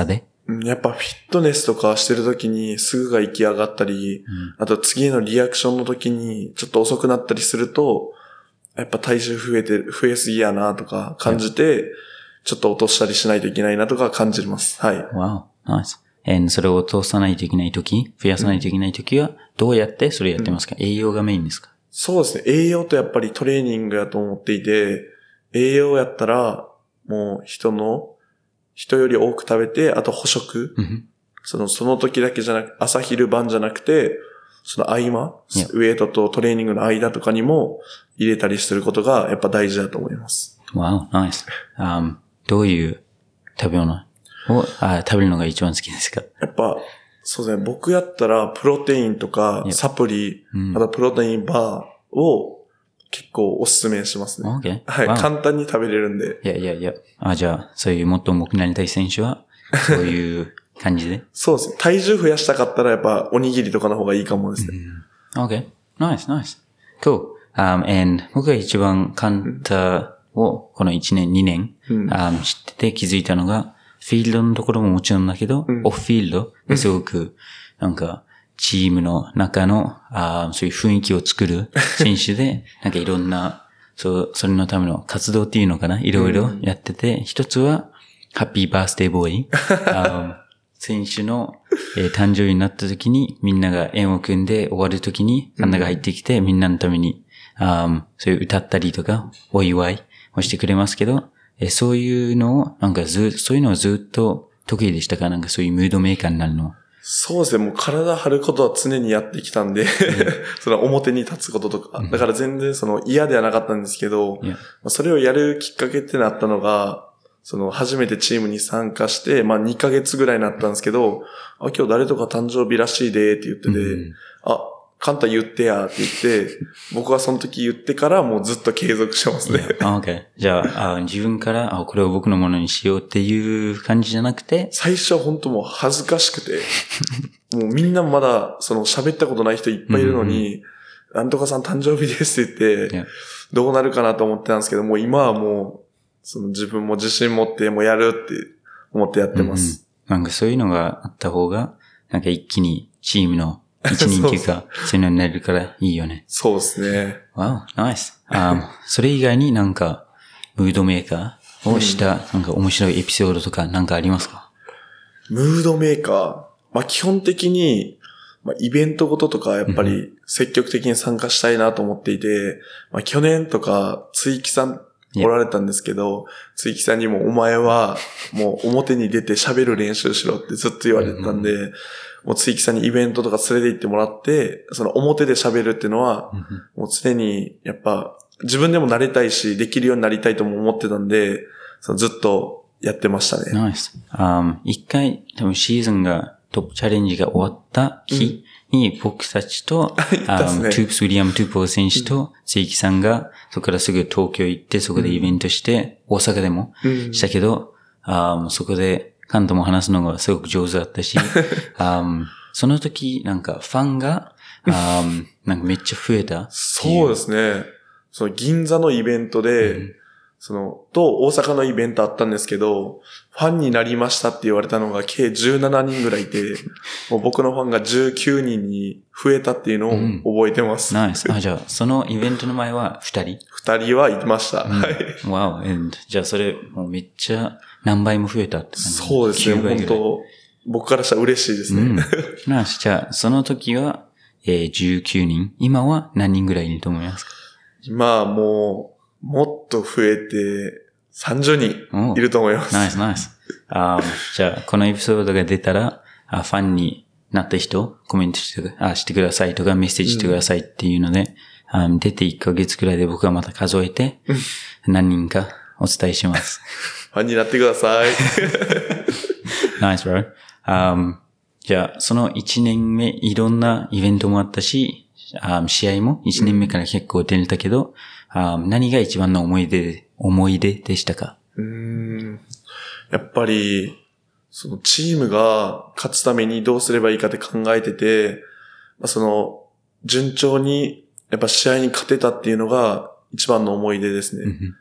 Speaker 2: うんやっぱフィットネスとかしてる時にすぐが息上がったり、
Speaker 1: うん、
Speaker 2: あと次のリアクションの時にちょっと遅くなったりすると、やっぱ体重増えて、増えすぎやなとか感じて、ちょっと落としたりしないといけないなとか感じます。はい。
Speaker 1: Wow, nice. And それを落とさないといけない時、増やさないといけない時は、どうやってそれやってますか、うん、栄養がメインですか？
Speaker 2: そうですね。栄養とやっぱりトレーニングやと思っていて、栄養やったら、もう人の、人より多く食べて、あと補食。
Speaker 1: うん、
Speaker 2: その、その時だけじゃなく、朝昼晩じゃなくて、その合間、yeah. ウェイトとトレーニングの間とかにも入れたりすることがやっぱ大事だと思います。
Speaker 1: Wow, nice. Um, どういう食べ物をあ食べるのが一番好きですか？
Speaker 2: やっぱ、そうですね。僕やったらプロテインとかサプリ、yeah. あとプロテインバーを結構おすすめしますね。
Speaker 1: Okay.
Speaker 2: はい、wow. 簡単に食べれるんで。
Speaker 1: いやいやいや。あ、じゃあ、そういうもっと重くなりたい選手は、そういう感じで
Speaker 2: そうですね。体重増やしたかったらやっぱおにぎりとかの方がいいかもですね。
Speaker 1: うん、okay. Nice, nice. Cool. Um, and 僕が一番カンタをこのいちねん、にねん、うん um, 知ってて気づいたのが、フィールドのところももちろんだけど、うん、オフフィールドですごく、なんか、チームの中の、あそういう雰囲気を作る選手で、なんかいろんな、そう、それのための活動っていうのかな、いろいろやってて、一つは、ハッピーバースデーボーイ。選手の、えー、誕生日になった時に、みんなが円を組んで終わる時に、カンタが入ってきて、みんなのために、あそういう歌ったりとか、お祝いをしてくれますけど、えー、そういうのを、なんかず、そういうのをずっと得意でしたか？なんかそういうムードメーカーになるの。
Speaker 2: そうですね。もう体張ることは常にやってきたんで、うん、その表に立つこととか、うん、だから全然その嫌ではなかったんですけど、うん、それをやるきっかけってなったのが、その初めてチームに参加して、まあにかげつぐらいになったんですけど、あ、今日誰とか誕生日らしいでって言ってて、うん、あ、カンタ言ってやって言って、僕はその時言ってからもうずっと継続してますね。
Speaker 1: あ、OK。じゃあ、あ自分から、あ、これを僕のものにしようっていう感じじゃなくて
Speaker 2: 最初は本当もう恥ずかしくて、もうみんなまだその喋ったことない人いっぱいいるのに、うんうん、なんとかさん誕生日ですって言って、どうなるかなと思ってたんですけど、もう今はもう、その自分も自信持ってもうやるって思ってやってます。
Speaker 1: うんうん、なんかそういうのがあった方が、なんか一気にチームの一人っていうか、そういうのになれるからいいよね。
Speaker 2: そうですね。
Speaker 1: Wow, nice. あそれ以外になんか、ムードメーカーをした、うん、なんか面白いエピソードとかなんかありますか？
Speaker 2: ムードメーカー。まあ基本的に、まあ、イベントごととかやっぱり積極的に参加したいなと思っていて、うん、まあ去年とか、つ木さんおられたんですけど、つ木さんにもお前はもう表に出て喋る練習しろってずっと言われてたんで、うんもうつ木さんにイベントとか連れて行ってもらって、その表で喋るっていうのは、もう常にやっぱ自分でもなれたいし、できるようになりたいとも思ってたんで、そのずっとやってましたね。
Speaker 1: ナイス。Um, 一回、多分シーズンがトップチャレンジが終わった日に僕たちと、
Speaker 2: うん um,
Speaker 1: ね、トゥープス・ウィリアム・トゥーポー選手とつ木さんが、そこからすぐ東京行って、そこでイベントして、うん、大阪でもしたけど、うん、um, そこで、カントも話すのがすごく上手だったし、um, その時なんかファンが、um, なんかめっちゃ増えた。
Speaker 2: そうですね。その銀座のイベントで、うん、その、と大阪のイベントあったんですけど、ファンになりましたって言われたのが計じゅうななにんぐらいいて、もう僕のファンがじゅうきゅうにんに増えたっていうのを覚えてます。
Speaker 1: うん、ナイス。あ、じゃあそのイベントの前はふたり ?
Speaker 2: ふたりはいました。うん、はい。
Speaker 1: わお。じゃあそれもうめっちゃ何倍も増えたって感じ。
Speaker 2: そうですね。本当僕からしたら嬉しいですね。うん、
Speaker 1: ナイス。じゃあその時は、えー、じゅうきゅうにん。今は何人ぐらいいると思いますか？
Speaker 2: 今はもう、もっと増えてさんじゅうにんいると思います。
Speaker 1: ナイスナイス。あじゃあこのエピソードが出たら、あファンになった人、コメントしてあしてくださいとかメッセージしてくださいっていうので、うん、あ出ていっかげつくらいで僕がまた数えて、何人かお伝えします。
Speaker 2: ファンになってください。
Speaker 1: ナイス、bro. Um, じゃあ、そのいちねんめ、いろんなイベントもあったし、um, 試合もいちねんめから結構出れたけど、うんum, 何が一番の思い出、思い出でしたか？
Speaker 2: うーんやっぱり、そのチームが勝つためにどうすればいいかって考えてて、その、順調に、やっぱ試合に勝てたっていうのが一番の思い出ですね。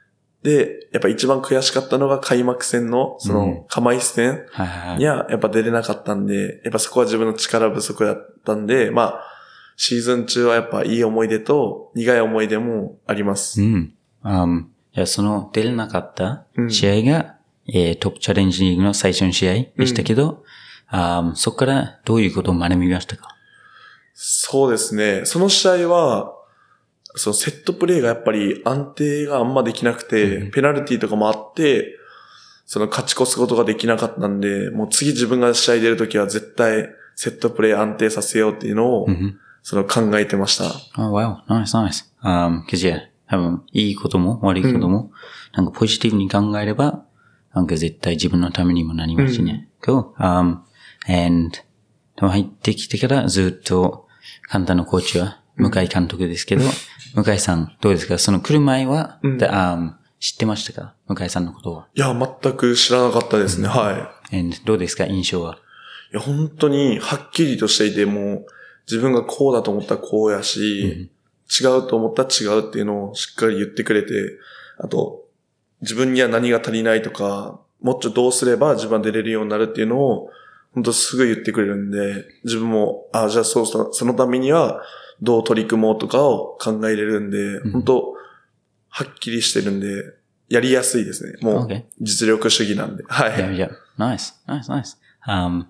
Speaker 2: で、やっぱ一番悔しかったのが開幕戦の、その、釜石戦にはやっぱ出れなかったんで、やっぱそこは自分の力不足だったんで、まあ、シーズン中はやっぱいい思い出と苦い思い出もあります。
Speaker 1: うん。Um, いやその出れなかった試合が、うんえー、トップチャレンジリーグの最初の試合でしたけど、うん、um, そこからどういうことを学びましたか？
Speaker 2: そうですね。その試合は、そのセットプレーがやっぱり安定があんまできなくて、うん、ペナルティとかもあって、その勝ち越すことができなかったんで、もう次自分が試合出るときは絶対セットプレー安定させようっていうのを、うん、その考えてました。
Speaker 1: Oh, wow. Nice, nice. Um, cause yeah, 多分いいことも悪いことも、うん、なんかポジティブに考えれば、なんか絶対自分のためにもなりますしね。うん、cool. Um, and 入ってきてからずっと簡単なコーチは向井監督ですけど、うん、向井さんどうですか？その来る前は、うん the, um, 知ってましたか？向井さんのことは。
Speaker 2: いや、全く知らなかったですね。うん、はい。
Speaker 1: and どうですか？印象は。
Speaker 2: いや、本当にはっきりとしていて、もう自分がこうだと思ったらこうやし、うん、違うと思ったら違うっていうのをしっかり言ってくれて、あと、自分には何が足りないとか、もっとどうすれば自分は出れるようになるっていうのを、本当すぐ言ってくれるんで、自分も、あ、じゃあそうそ、そのためにはどう取り組もうとかを考えれるんで、うん、本当はっきりしてるんで、やりやすいですね。もう、実力主義なんで。はい。
Speaker 1: Yeah, yeah. Nice, nice, nice. Um,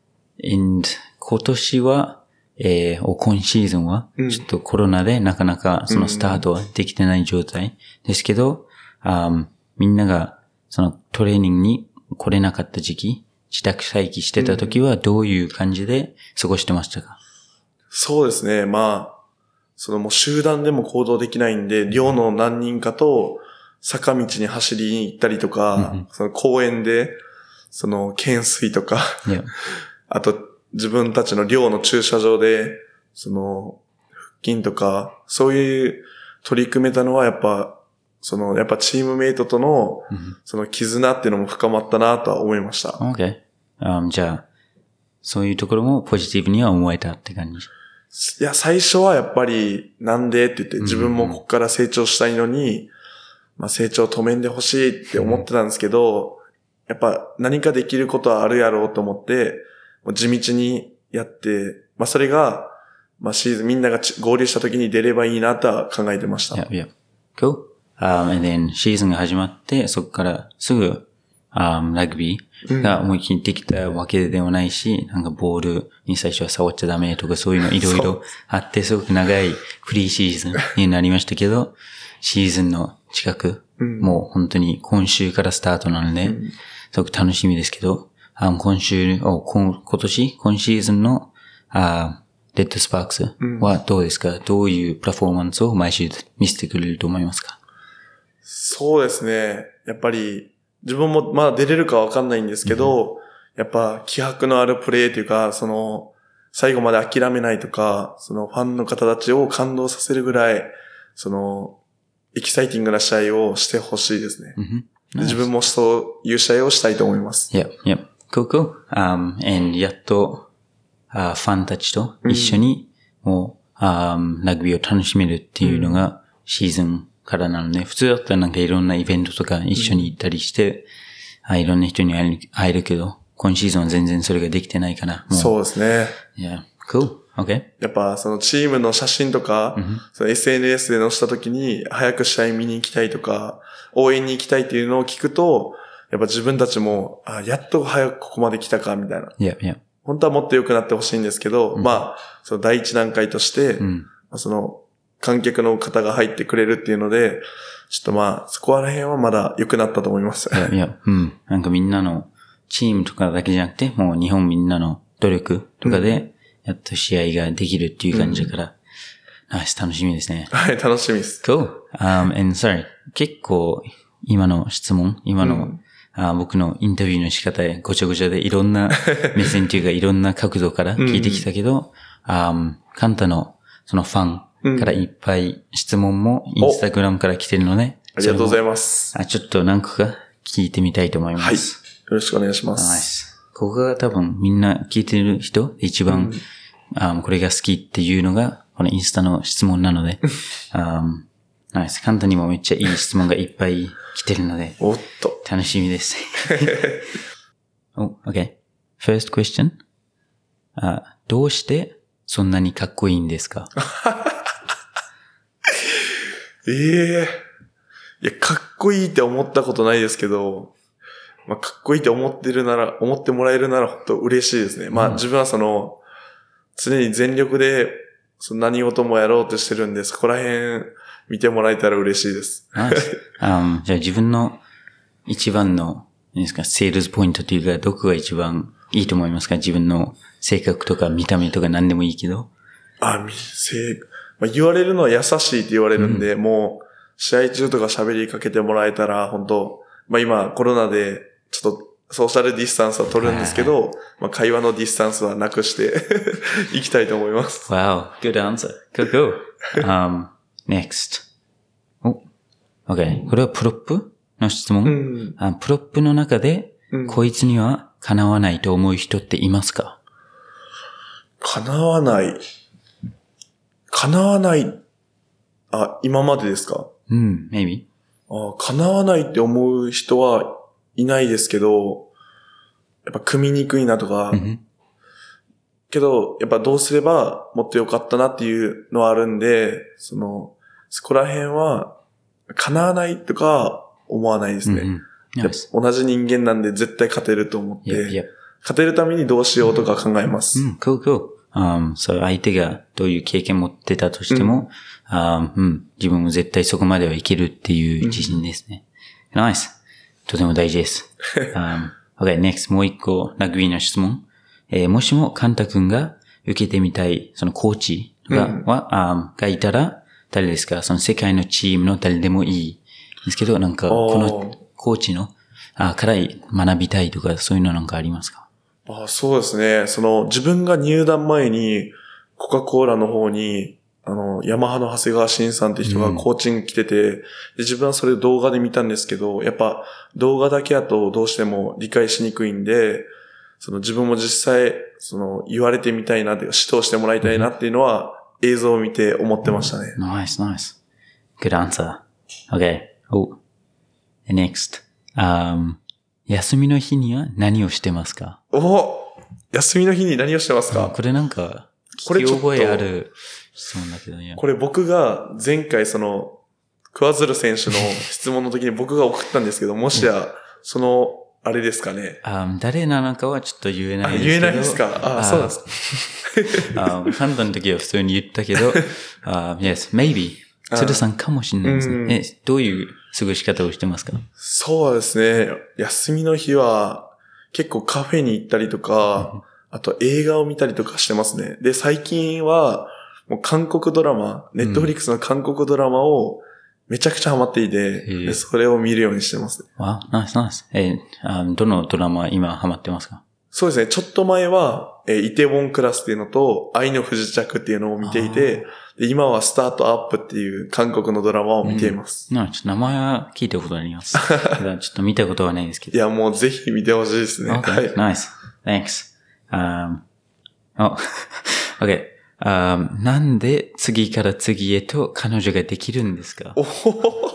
Speaker 1: and 今年は、えー、今シーズンは、ちょっとコロナでなかなかそのスタートはできてない状態ですけど、うん、みんながそのトレーニングに来れなかった時期、自宅待機してた時はどういう感じで過ごしてましたか？うん、
Speaker 2: そうですね。まあ、そのもう集団でも行動できないんで、寮の何人かと坂道に走りに行ったりとか、うん、その公園で、その懸垂とか、
Speaker 1: yeah.
Speaker 2: あと自分たちの寮の駐車場で、その腹筋とか、そういう取り組めたのはやっぱ、そのやっぱチームメイトとの、うん、その絆っていうのも深まったなとは思いました。
Speaker 1: Okay. Um, じゃあ、そういうところもポジティブには思えたって感じ？
Speaker 2: いや、最初はやっぱり、なんでって言って、自分もここから成長したいのに、うん、まあ成長止めんでほしいって思ってたんですけど、やっぱ何かできることはあるやろうと思って、もう地道にやって、まあそれが、まあシーズンみんなが合流した時に出ればいいなとは考えてました。
Speaker 1: Yeah, yeah. Cool.Um, and then シーズンが始まって、そこからすぐ、um, ラグビーが思いっきりできたわけではないし、うん、なんかボールに最初は触っちゃダメとかそういうのいろいろあって、すごく長いプリーシーズンになりましたけど、シーズンの近く、うん、もう本当に今週からスタートなので、うん、すごく楽しみですけど、um, 今週、お今、今年、今シーズンの、uh, レッドスパークスはどうですか？うん、どういうパフォーマンスを毎週見せてくれると思いますか？
Speaker 2: そうですね。やっぱり、自分もまだ出れるかわかんないんですけど、うん、やっぱ気迫のあるプレーというか、その、最後まで諦めないとか、そのファンの方たちを感動させるぐらい、その、エキサイティングな試合をしてほしいですね。Mm-hmm. Nice. 自分もそういう試合をしたいと思います。
Speaker 1: Yep, yep. Cool, cool.Um, and やっと、uh, ファンたちと一緒に、もう、um, ラグビーを楽しめるっていうのが、シーズン、からなので、普通だったらなんかいろんなイベントとか一緒に行ったりして、うん、いろんな人に会える、会えるけど、今シーズンは全然それができてないから。
Speaker 2: そうですね。
Speaker 1: Yeah, cool. Okay.
Speaker 2: やっぱそのチームの写真とか、うん、その エスエヌエス で載せた時に早く試合見に行きたいとか、応援に行きたいっていうのを聞くと、やっぱ自分たちも、あ、やっと早くここまで来たかみたいな。
Speaker 1: Yeah, yeah.
Speaker 2: 本当はもっと良くなってほしいんですけど、うん、まあ、その第一段階として、うん、その、観客の方が入ってくれるっていうので、ちょっとまあ、そこら辺はまだ良くなったと思います。
Speaker 1: いや、いや、うん。なんかみんなのチームとかだけじゃなくて、もう日本みんなの努力とかで、やっと試合ができるっていう感じだから、ナイス、楽しみですね。
Speaker 2: はい、楽しみです。
Speaker 1: Cool.Um, and sorry. 結構、今の質問、今の、うんあ僕のインタビューの仕方でごちゃごちゃでいろんな目線というかいろんな角度から聞いてきたけど、うん、カンタのそのファンからいっぱい質問もインスタグラムから来てるので、
Speaker 2: ありがとうございます。
Speaker 1: あちょっと何個か聞いてみたいと思います。
Speaker 2: はい。よろしくお願いします。
Speaker 1: ナイス。ここが多分みんな聞いてる人で一番、うん、あこれが好きっていうのがこのインスタの質問なので、あナイス。簡単にもめっちゃいい質問がいっぱい来てるので、
Speaker 2: おっと。
Speaker 1: 楽しみです。oh, okay. First question. あ、どうしてそんなにかっこいいんですか？
Speaker 2: ええー。いや、かっこいいって思ったことないですけど、まあ、かっこいいって思ってるなら、思ってもらえるなら本当嬉しいですね。まあ、自分はその、常に全力で、その何事もやろうとしてるんで、そこら辺見てもらえたら嬉しいです。
Speaker 1: ナイス。um, じゃあ自分の一番の、何ですか、セールスポイントというか、どこが一番いいと思いますか？自分の性格とか見た目とか何でもいいけど。
Speaker 2: あ、み、性、まあ、言われるのは優しいって言われるんで、うん、もう、試合中とか喋りかけてもらえたら、本当まあ今コロナで、ちょっとソーシャルディスタンスは取るんですけど、まあ会話のディスタンスはなくしていきたいと思います。
Speaker 1: Wow, good answer. Cool, cool. Um, next. Oh, okay. これはプロップの質問、うん、あプロップの中で、うん、こいつには叶わないと思う人っていますか？
Speaker 2: 叶わない。叶わない。あ、今までですか？
Speaker 1: うん、maybe.
Speaker 2: あ、叶わないって思う人はいないですけど、やっぱ組みにくいなとか、うん、けど、やっぱどうすればもっと良かったなっていうのはあるんで、その、そこら辺は叶わないとか思わないですね。うんうん、同じ人間なんで絶対勝てると思って、yeah, yeah. 勝てるためにどうしようとか考えます。
Speaker 1: うん、cool, cool.Um, そう、相手がどういう経験持ってたとしても、うん、um, うん、自分も絶対そこまではいけるっていう自信ですね。うん、ナイス。とても大事です。um, okay, next もう一個ラグビーの質問。えー、もしもカンタ君が受けてみたいそのコーチが、うん、は、um, がいたら誰ですか？その世界のチームの誰でもいいですけど、なんかこのコーチのあから学びたいとかそういうのなんかありますか？
Speaker 2: あ、そうですね。その、自分が入団前に、コカ・コーラの方に、あの、ヤマハの長谷川慎さんって人がコーチング来てて、うん、で自分はそれを動画で見たんですけど、やっぱ動画だけだとどうしても理解しにくいんで、その自分も実際、その、言われてみたいなって、指導してもらいたいなっていうのは、映像を見て思ってましたね。
Speaker 1: ナイス、ナイス。Good answer. Okay. Oh. Next.Um, 休みの日には何をしてますか？
Speaker 2: お休みの日に何をしてますか？
Speaker 1: これなんか、聞き覚えある質問だけどね。
Speaker 2: これ僕が前回その、桑鶴選手の質問の時に僕が送ったんですけど、もしや、その、あれですかね。
Speaker 1: あ誰なのかはちょっと言えないですけど。
Speaker 2: 言えないですか？ああ、そうなんですか。
Speaker 1: あハンドの時は普通に言ったけど、uh, yes, maybe. 鶴さんかもしれないですね。え、どういう過ごし方をしてますか？
Speaker 2: そうですね。休みの日は結構カフェに行ったりとか、あと映画を見たりとかしてますね。で、最近はもう韓国ドラマ、ネットフリックスの韓国ドラマをめちゃくちゃハマっていて、うん、でそれを見るようにしてますね。
Speaker 1: わ、ナイスナイス。えあ、どのドラマ今ハマってますか？
Speaker 2: そうですね。ちょっと前は、えー、イテウォンクラスっていうのと、愛の不時着っていうのを見ていて、で今はスタートアップっていう韓国のドラマを見ています。
Speaker 1: うん、なちょっと名前は聞いたことあります。ちょっと見たことはないんですけど。
Speaker 2: いや、もうぜひ見てほしいですね。
Speaker 1: Okay,
Speaker 2: はい。
Speaker 1: Nice. Thanks.Um, oh, okay.Um, なんで次から次へと彼女ができるんですか？
Speaker 2: おほほほ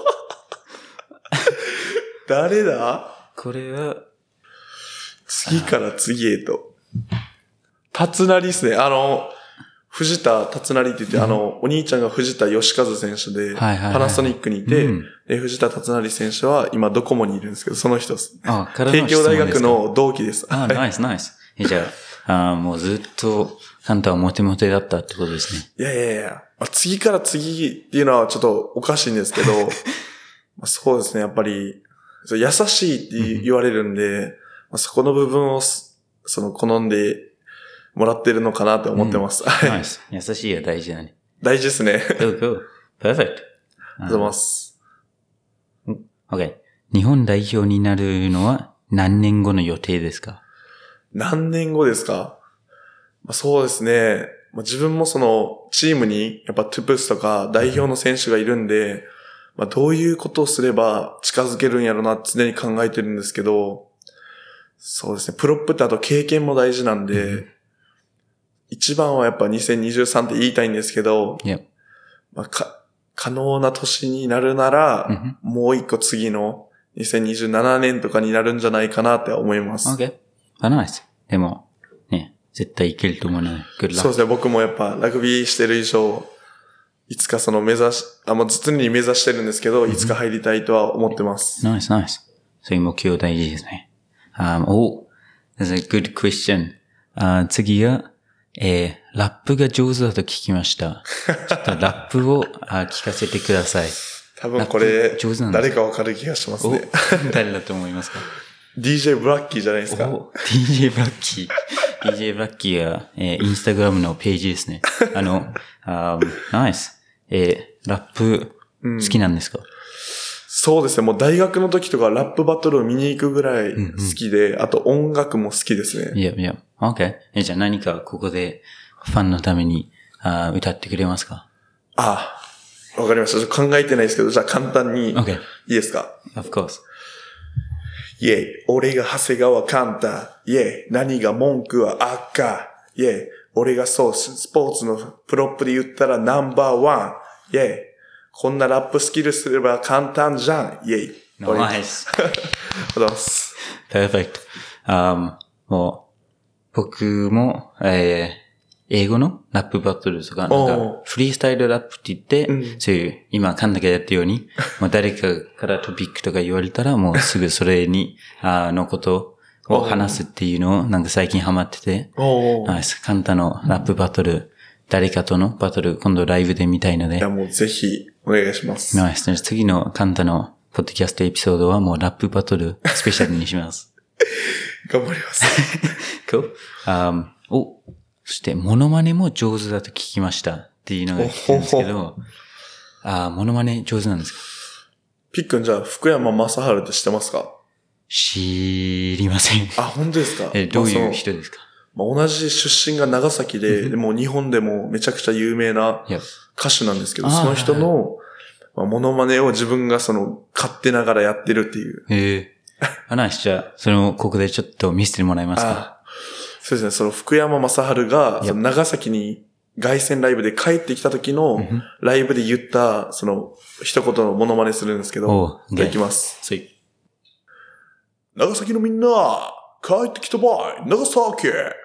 Speaker 2: 誰だ？
Speaker 1: これは、
Speaker 2: 次から次へと。達成ですね。あの、藤田達成って言って、うん、あの、お兄ちゃんが藤田義和選手で、はいはいはい、パナソニックにいて、うん、で藤田達成選手は今ドコモにいるんですけど、その人です。
Speaker 1: あ、
Speaker 2: 帝京大学の同期です。
Speaker 1: あ、ナイスナイス。じゃあ、あもうずっと、カンタはモテモテだったってことですね。
Speaker 2: いやいやいや、まあ、次から次っていうのはちょっとおかしいんですけど、まあそうですね、やっぱり、優しいって言われるんで、うんまあ、そこの部分を、その、好んでもらってるのかなって思ってます。
Speaker 1: うん、ナイス。優しいが大事だね。
Speaker 2: 大事ですね。
Speaker 1: Cool, cool. Perfect.
Speaker 2: ありがとうございます。
Speaker 1: OK。日本代表になるのは何年後の予定ですか？
Speaker 2: 何年後ですか？まあ、そうですね。まあ、自分もそのチームにやっぱトゥプスとか代表の選手がいるんで、まあ、どういうことをすれば近づけるんやろなって常に考えてるんですけど、そうですね。プロップってあと経験も大事なんで、うん、一番はやっぱにせんにじゅうさんって言いたいんですけど、
Speaker 1: yep.
Speaker 2: まあ、か可能な年になるなら、
Speaker 1: うん
Speaker 2: もう一個次のにせんにじゅうななねんとかになるんじゃないかなって思います。
Speaker 1: OK。あ、ナイス。でも、ね、絶対いけると思うので、グッラック。
Speaker 2: そうですね、僕もやっぱラグビーしてる以上、いつかその目指し、あ、もう常に目指してるんですけど、いつか入りたいとは思ってます。
Speaker 1: ナイス、ナイス。そういう目標大事ですね。Um, oh, that's a good question. あ次は、えー、ラップが上手だと聞きました。ちょっとラップをあ聞かせてください。
Speaker 2: 多分これ、
Speaker 1: 上手なんです
Speaker 2: 誰かわかる気がしますね。
Speaker 1: 誰だと思いますか？
Speaker 2: ディージェー ブラッキーじゃないですか。
Speaker 1: お ディージェー ブラッキー。ディージェー ブラッキーは、えー、インスタグラムのページですね。あの、あナイス。えー、ラップ好きなんですか？うん、
Speaker 2: そうですね。もう大学の時とかラップバトルを見に行くぐらい好きで、うんうん、あと音楽も好きですね。
Speaker 1: いやいや、OK。え、じゃあ何かここでファンのためにあ歌ってくれますか？
Speaker 2: ああ、わかりました。ちょっと考えてないですけど、じゃあ簡単に。
Speaker 1: OK。
Speaker 2: いいですか？
Speaker 1: Of course。
Speaker 2: イェイ、俺が長谷川寛太。イェイ、何が文句は赤。イェイ、俺がそう、スポーツのプロップで言ったらナンバーワン。イェイ、こんなラップスキルすれば簡単じゃん。イェイ。
Speaker 1: ナイス。
Speaker 2: ありがとうございます。
Speaker 1: Perfect。Um, もう、僕も、えー、英語のラップバトルとか、なんか、フリースタイルラップって言って、うん、そういう、今、カンナがやったように、もう誰かからトピックとか言われたら、もうすぐそれに、あのことを話すっていうのを、なんか最近ハマってて、ナイス。カンタのラップバトル、誰かとのバトル、今度ライブで見たいので。
Speaker 2: いや、もうぜひ、お願いします。
Speaker 1: ナイス。次のカンタのポッドキャストエピソードはもうラップバトルスペシャルにします。
Speaker 2: 頑張ります。
Speaker 1: cool. Um, お、そして、モノマネも上手だと聞きましたっていうのが聞くんですけど、ああ、モノマネ上手なんですか？
Speaker 2: ピックンじゃあ、福山雅治って知ってますか？
Speaker 1: 知りません。
Speaker 2: あ、本当ですか？
Speaker 1: え、どういう人ですか？
Speaker 2: まあ、同じ出身が長崎で、でも日本でもめちゃくちゃ有名な歌手なんですけど、その人の、まあ、モノマネを自分がその、勝手ながらやってるっていう。
Speaker 1: へえ。あ、ナイス。じゃあ、それをここでちょっと見せてもらえますか？
Speaker 2: あ、そうですね。その福山雅治が、その長崎に凱旋ライブで帰ってきた時のライブで言った、その一言のモノマネするんですけど、じゃあいきます。長崎のみんな、帰ってきたばい、長崎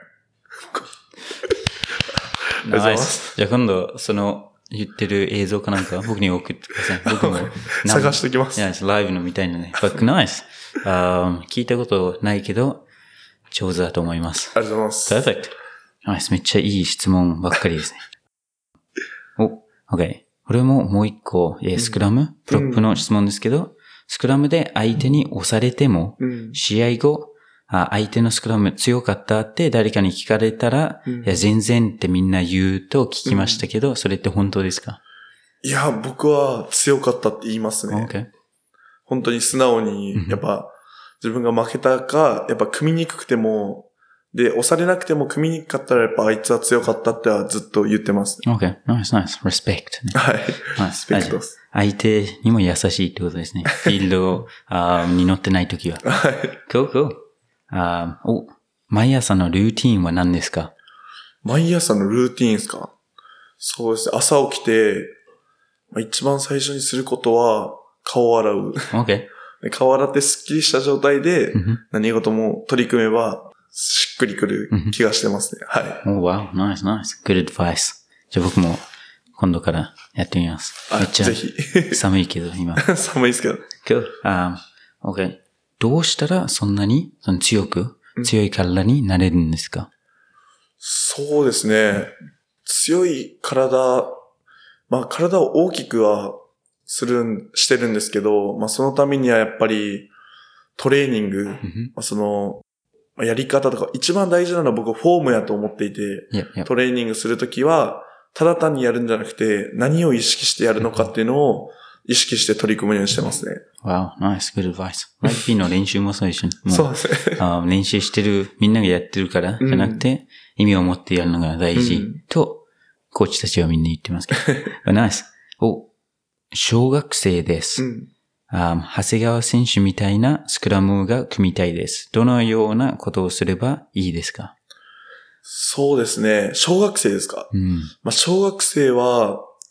Speaker 1: ナイス。じゃあ今度、その言ってる映像かなんか僕に送ってください。僕も
Speaker 2: 探してきます。
Speaker 1: いや、ライブのみたいなね。But nice. Um, 聞いたことないけど、上手だと思います。
Speaker 2: ありがとうございます。
Speaker 1: Perfect. Nice. めっちゃいい質問ばっかりですね。お、OK。これももう一個、えー、スクラム、うん、プロップの質問ですけど、うん、スクラムで相手に押されても、うん、試合後、あ、相手のスクラム強かったって誰かに聞かれたら、うん、いや、全然ってみんな言うと聞きましたけど、うん、それって本当ですか？
Speaker 2: いや、僕は強かったって言いますね。
Speaker 1: Okay.
Speaker 2: 本当に素直に、やっぱ、自分が負けたか、やっぱ組みにくくても、で、押されなくても組みにくかったらやっぱあいつは強かったってはずっと言ってます、
Speaker 1: ね。OK. Nice, nice. Respect.
Speaker 2: はい。リスペクトです。
Speaker 1: 相手にも優しいってことですね。フィールドあに乗ってないときは。
Speaker 2: はい。
Speaker 1: Cool, cool. あお、毎朝のルーティーンは何ですか？
Speaker 2: 毎朝のルーティーンですか？そうですね。朝起きて、まあ、一番最初にすることは顔を洗う。
Speaker 1: OK.
Speaker 2: 顔洗ってスッキリした状態で何事も取り組めばしっくりくる気がしてますね。はい。
Speaker 1: Oh, wow. Nice, nice. Good advice. じゃあ僕も今度からやってみます。
Speaker 2: あ、
Speaker 1: めっちゃ
Speaker 2: ぜひ。
Speaker 1: 寒いけど今。
Speaker 2: 寒いですけど。
Speaker 1: Cool. Um, OK. どうしたらそんなにその強く、強い体になれるんですか？うん、
Speaker 2: そうですね。強い体、まあ体を大きくはするん、してるんですけど、まあそのためにはやっぱりトレーニング、まあ、その、やり方とか、一番大事なのは僕フォームやと思っていて、
Speaker 1: yep, yep.
Speaker 2: トレーニングするときは、ただ単にやるんじゃなくて、何を意識してやるのかっていうのを意識して取り組むようにしてますね。
Speaker 1: Wow, nice, good advice. ライピーの練習もそうですね。
Speaker 2: そうですね。
Speaker 1: あ練習してる、みんながやってるからじゃなくて、うん、意味を持ってやるのが大事と、コーチたちはみんな言ってますけど。nice. お、小学生です。うんあ長谷川選手みたいなスクラムが組みたいです。どのようなことをすればいいですか？
Speaker 2: そうですね。小学生ですか？
Speaker 1: うん。
Speaker 2: まあ、小学生は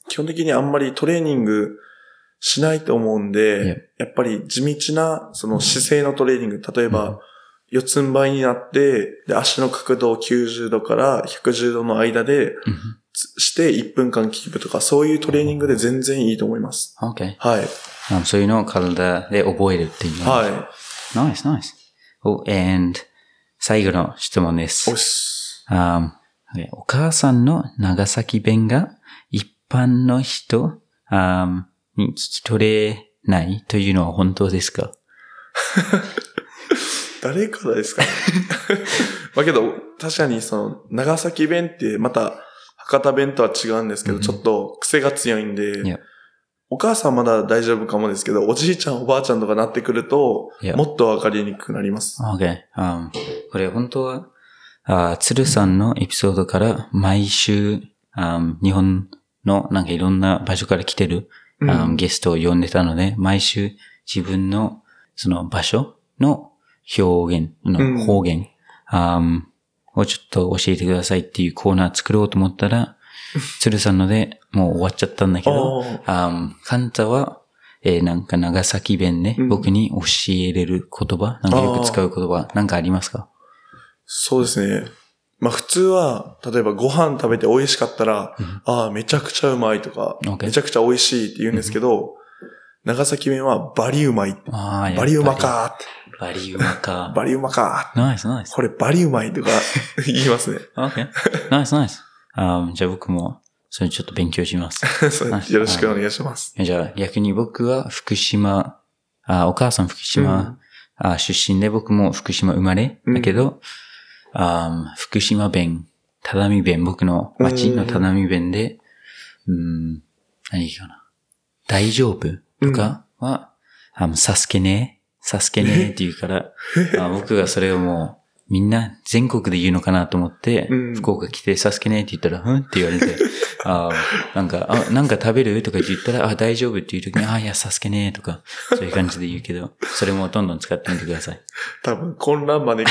Speaker 2: 基本的にあんまりトレーニングしないと思うんで、
Speaker 1: Yeah.
Speaker 2: やっぱり地道なその姿勢のトレーニング、例えば、四つん這いになって、で、足の角度をきゅうじゅうどからひゃくじゅうどの間で、していっぷんかんキープとか、そういうトレーニングで全然いいと思います。
Speaker 1: Okay.
Speaker 2: はい。
Speaker 1: Um, そういうのを体で覚えるっていうのは。
Speaker 2: はい。
Speaker 1: Nice, nice. Oh, and 最後の質問です。
Speaker 2: おし。
Speaker 1: Um, okay. お母さんの長崎弁が一般の人、um, に聞き取れないというのは本当ですか？
Speaker 2: 誰からですかね。まあけど、確かにその、長崎弁ってまた、博多弁とは違うんですけど、mm-hmm. ちょっと癖が強いんで、
Speaker 1: yeah.
Speaker 2: お母さんまだ大丈夫かもですけど、おじいちゃんおばあちゃんとかなってくると、yeah. もっとわかりにくくなります。
Speaker 1: Okay. Um, これ本当は、あ、鶴さんのエピソードから毎週、um, 日本のなんかいろんな場所から来てる、um, うん、ゲストを呼んでたので、毎週自分のその場所の表現の方言、うん、um, をちょっと教えてくださいっていうコーナー作ろうと思ったら、鶴さんのでもう終わっちゃったんだけど、um, カンタは、えー、なんか長崎弁で、ね、僕に教えれる言葉、なんかよく使う言葉、なんかありますか？
Speaker 2: そうですね。まあ普通は、例えばご飯食べて美味しかったら、うん、ああ、めちゃくちゃうまいとか、okay. めちゃくちゃ美味しいって言うんですけど、うん、長崎弁はバリうまい。バリうまかーって。
Speaker 1: バリうまか。
Speaker 2: バリうまかー。
Speaker 1: ナイスナイス。
Speaker 2: これバリうまいとか言いますね。
Speaker 1: OK。ナイスナイス。Um, じゃあ僕もそれちょっと勉強します。
Speaker 2: よろしくお願いします。
Speaker 1: じゃあ逆に僕は福島、あお母さん福島、うん、あ出身で僕も福島生まれ、うん、だけど、あ福島弁、只見弁、僕の町の只見弁で、うん、うん何かな。大丈夫とかは、うん、あサスケね、サスケねって言うから、あ僕がそれをもう、みんな全国で言うのかなと思って、うん、福岡来てサスケねって言ったら、うんって言われて、あなんか、あ、なんか食べるとか言ったら、あ、大丈夫って言うときに、あ、いや、サスケねとか、そういう感じで言うけど、それもどんどん使ってみてください。
Speaker 2: 多分混乱まできます。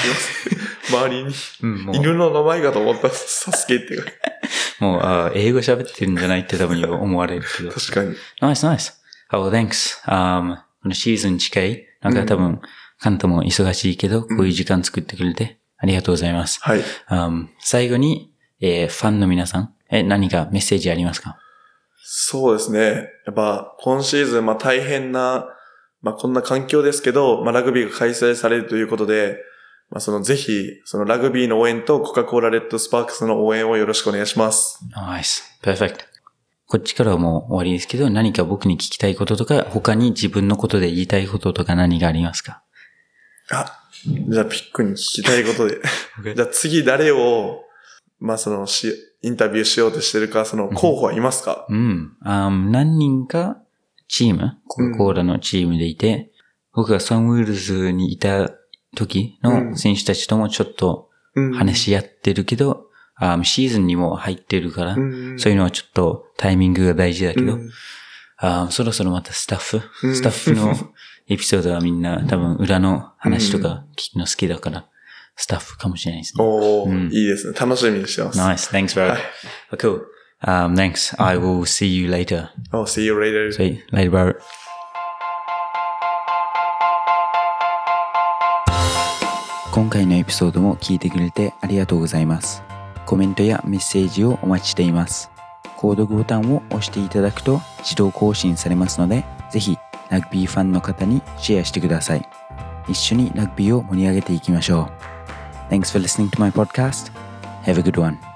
Speaker 2: 周りに。うん、もう犬の名前かと思ったサスケって。
Speaker 1: もう、あ英語喋ってるんじゃないって多分思われるけど。
Speaker 2: 確かに。
Speaker 1: ナイスナイス。Oh, thanks. Um, このシーズン近い。なんか多分、うん、カントも忙しいけど、こういう時間作ってくれて、ありがとうございます。
Speaker 2: はい。
Speaker 1: Um, 最後に、えー、ファンの皆さん、え、何かメッセージありますか？
Speaker 2: そうですね。やっぱ、今シーズン、まあ大変な、まあこんな環境ですけど、まあラグビーが開催されるということで、まあそのぜひ、そのラグビーの応援とコカ・コーラレッドスパークスの応援をよろしくお願いします。
Speaker 1: ナイス。パーフェクト。こっちからはもう終わりですけど、何か僕に聞きたいこととか、他に自分のことで言いたいこととか何がありますか？
Speaker 2: あ、じゃあピックに聞きたいことで。じゃあ次誰を、まあそのし、インタビューしようとしてるか、その候補はいますか？
Speaker 1: うん。あ何人かチーム、コカ・コーラのチームでいて、うん、僕がサンウィルズにいた時の選手たちともちょっと話し合ってるけど、うん、シーズンにも入ってるから、うん、そういうのはちょっとタイミングが大事だけど、うん、あそろそろまたスタッフ、うん、スタッフのエピソードはみんな多分裏の話とか聞くの好きだから、スタッフかもしれないですね。
Speaker 2: おー、うん、いいですね。楽しみにしてます。
Speaker 1: Nice. Thanks, bro. Cool. Um, thanks. I will see you later.
Speaker 2: Oh, see you later.
Speaker 1: See you later, bro. 今回のエピソードも聞いてくれてありがとうございます。コメントやメッセージをお待ちしています。購読ボタンを押していただくと自動更新されますので、ぜひラグビーファンの方にシェアしてください。一緒にラグビーを盛り上げていきましょう。Thanks for listening to my podcast. Have a good one.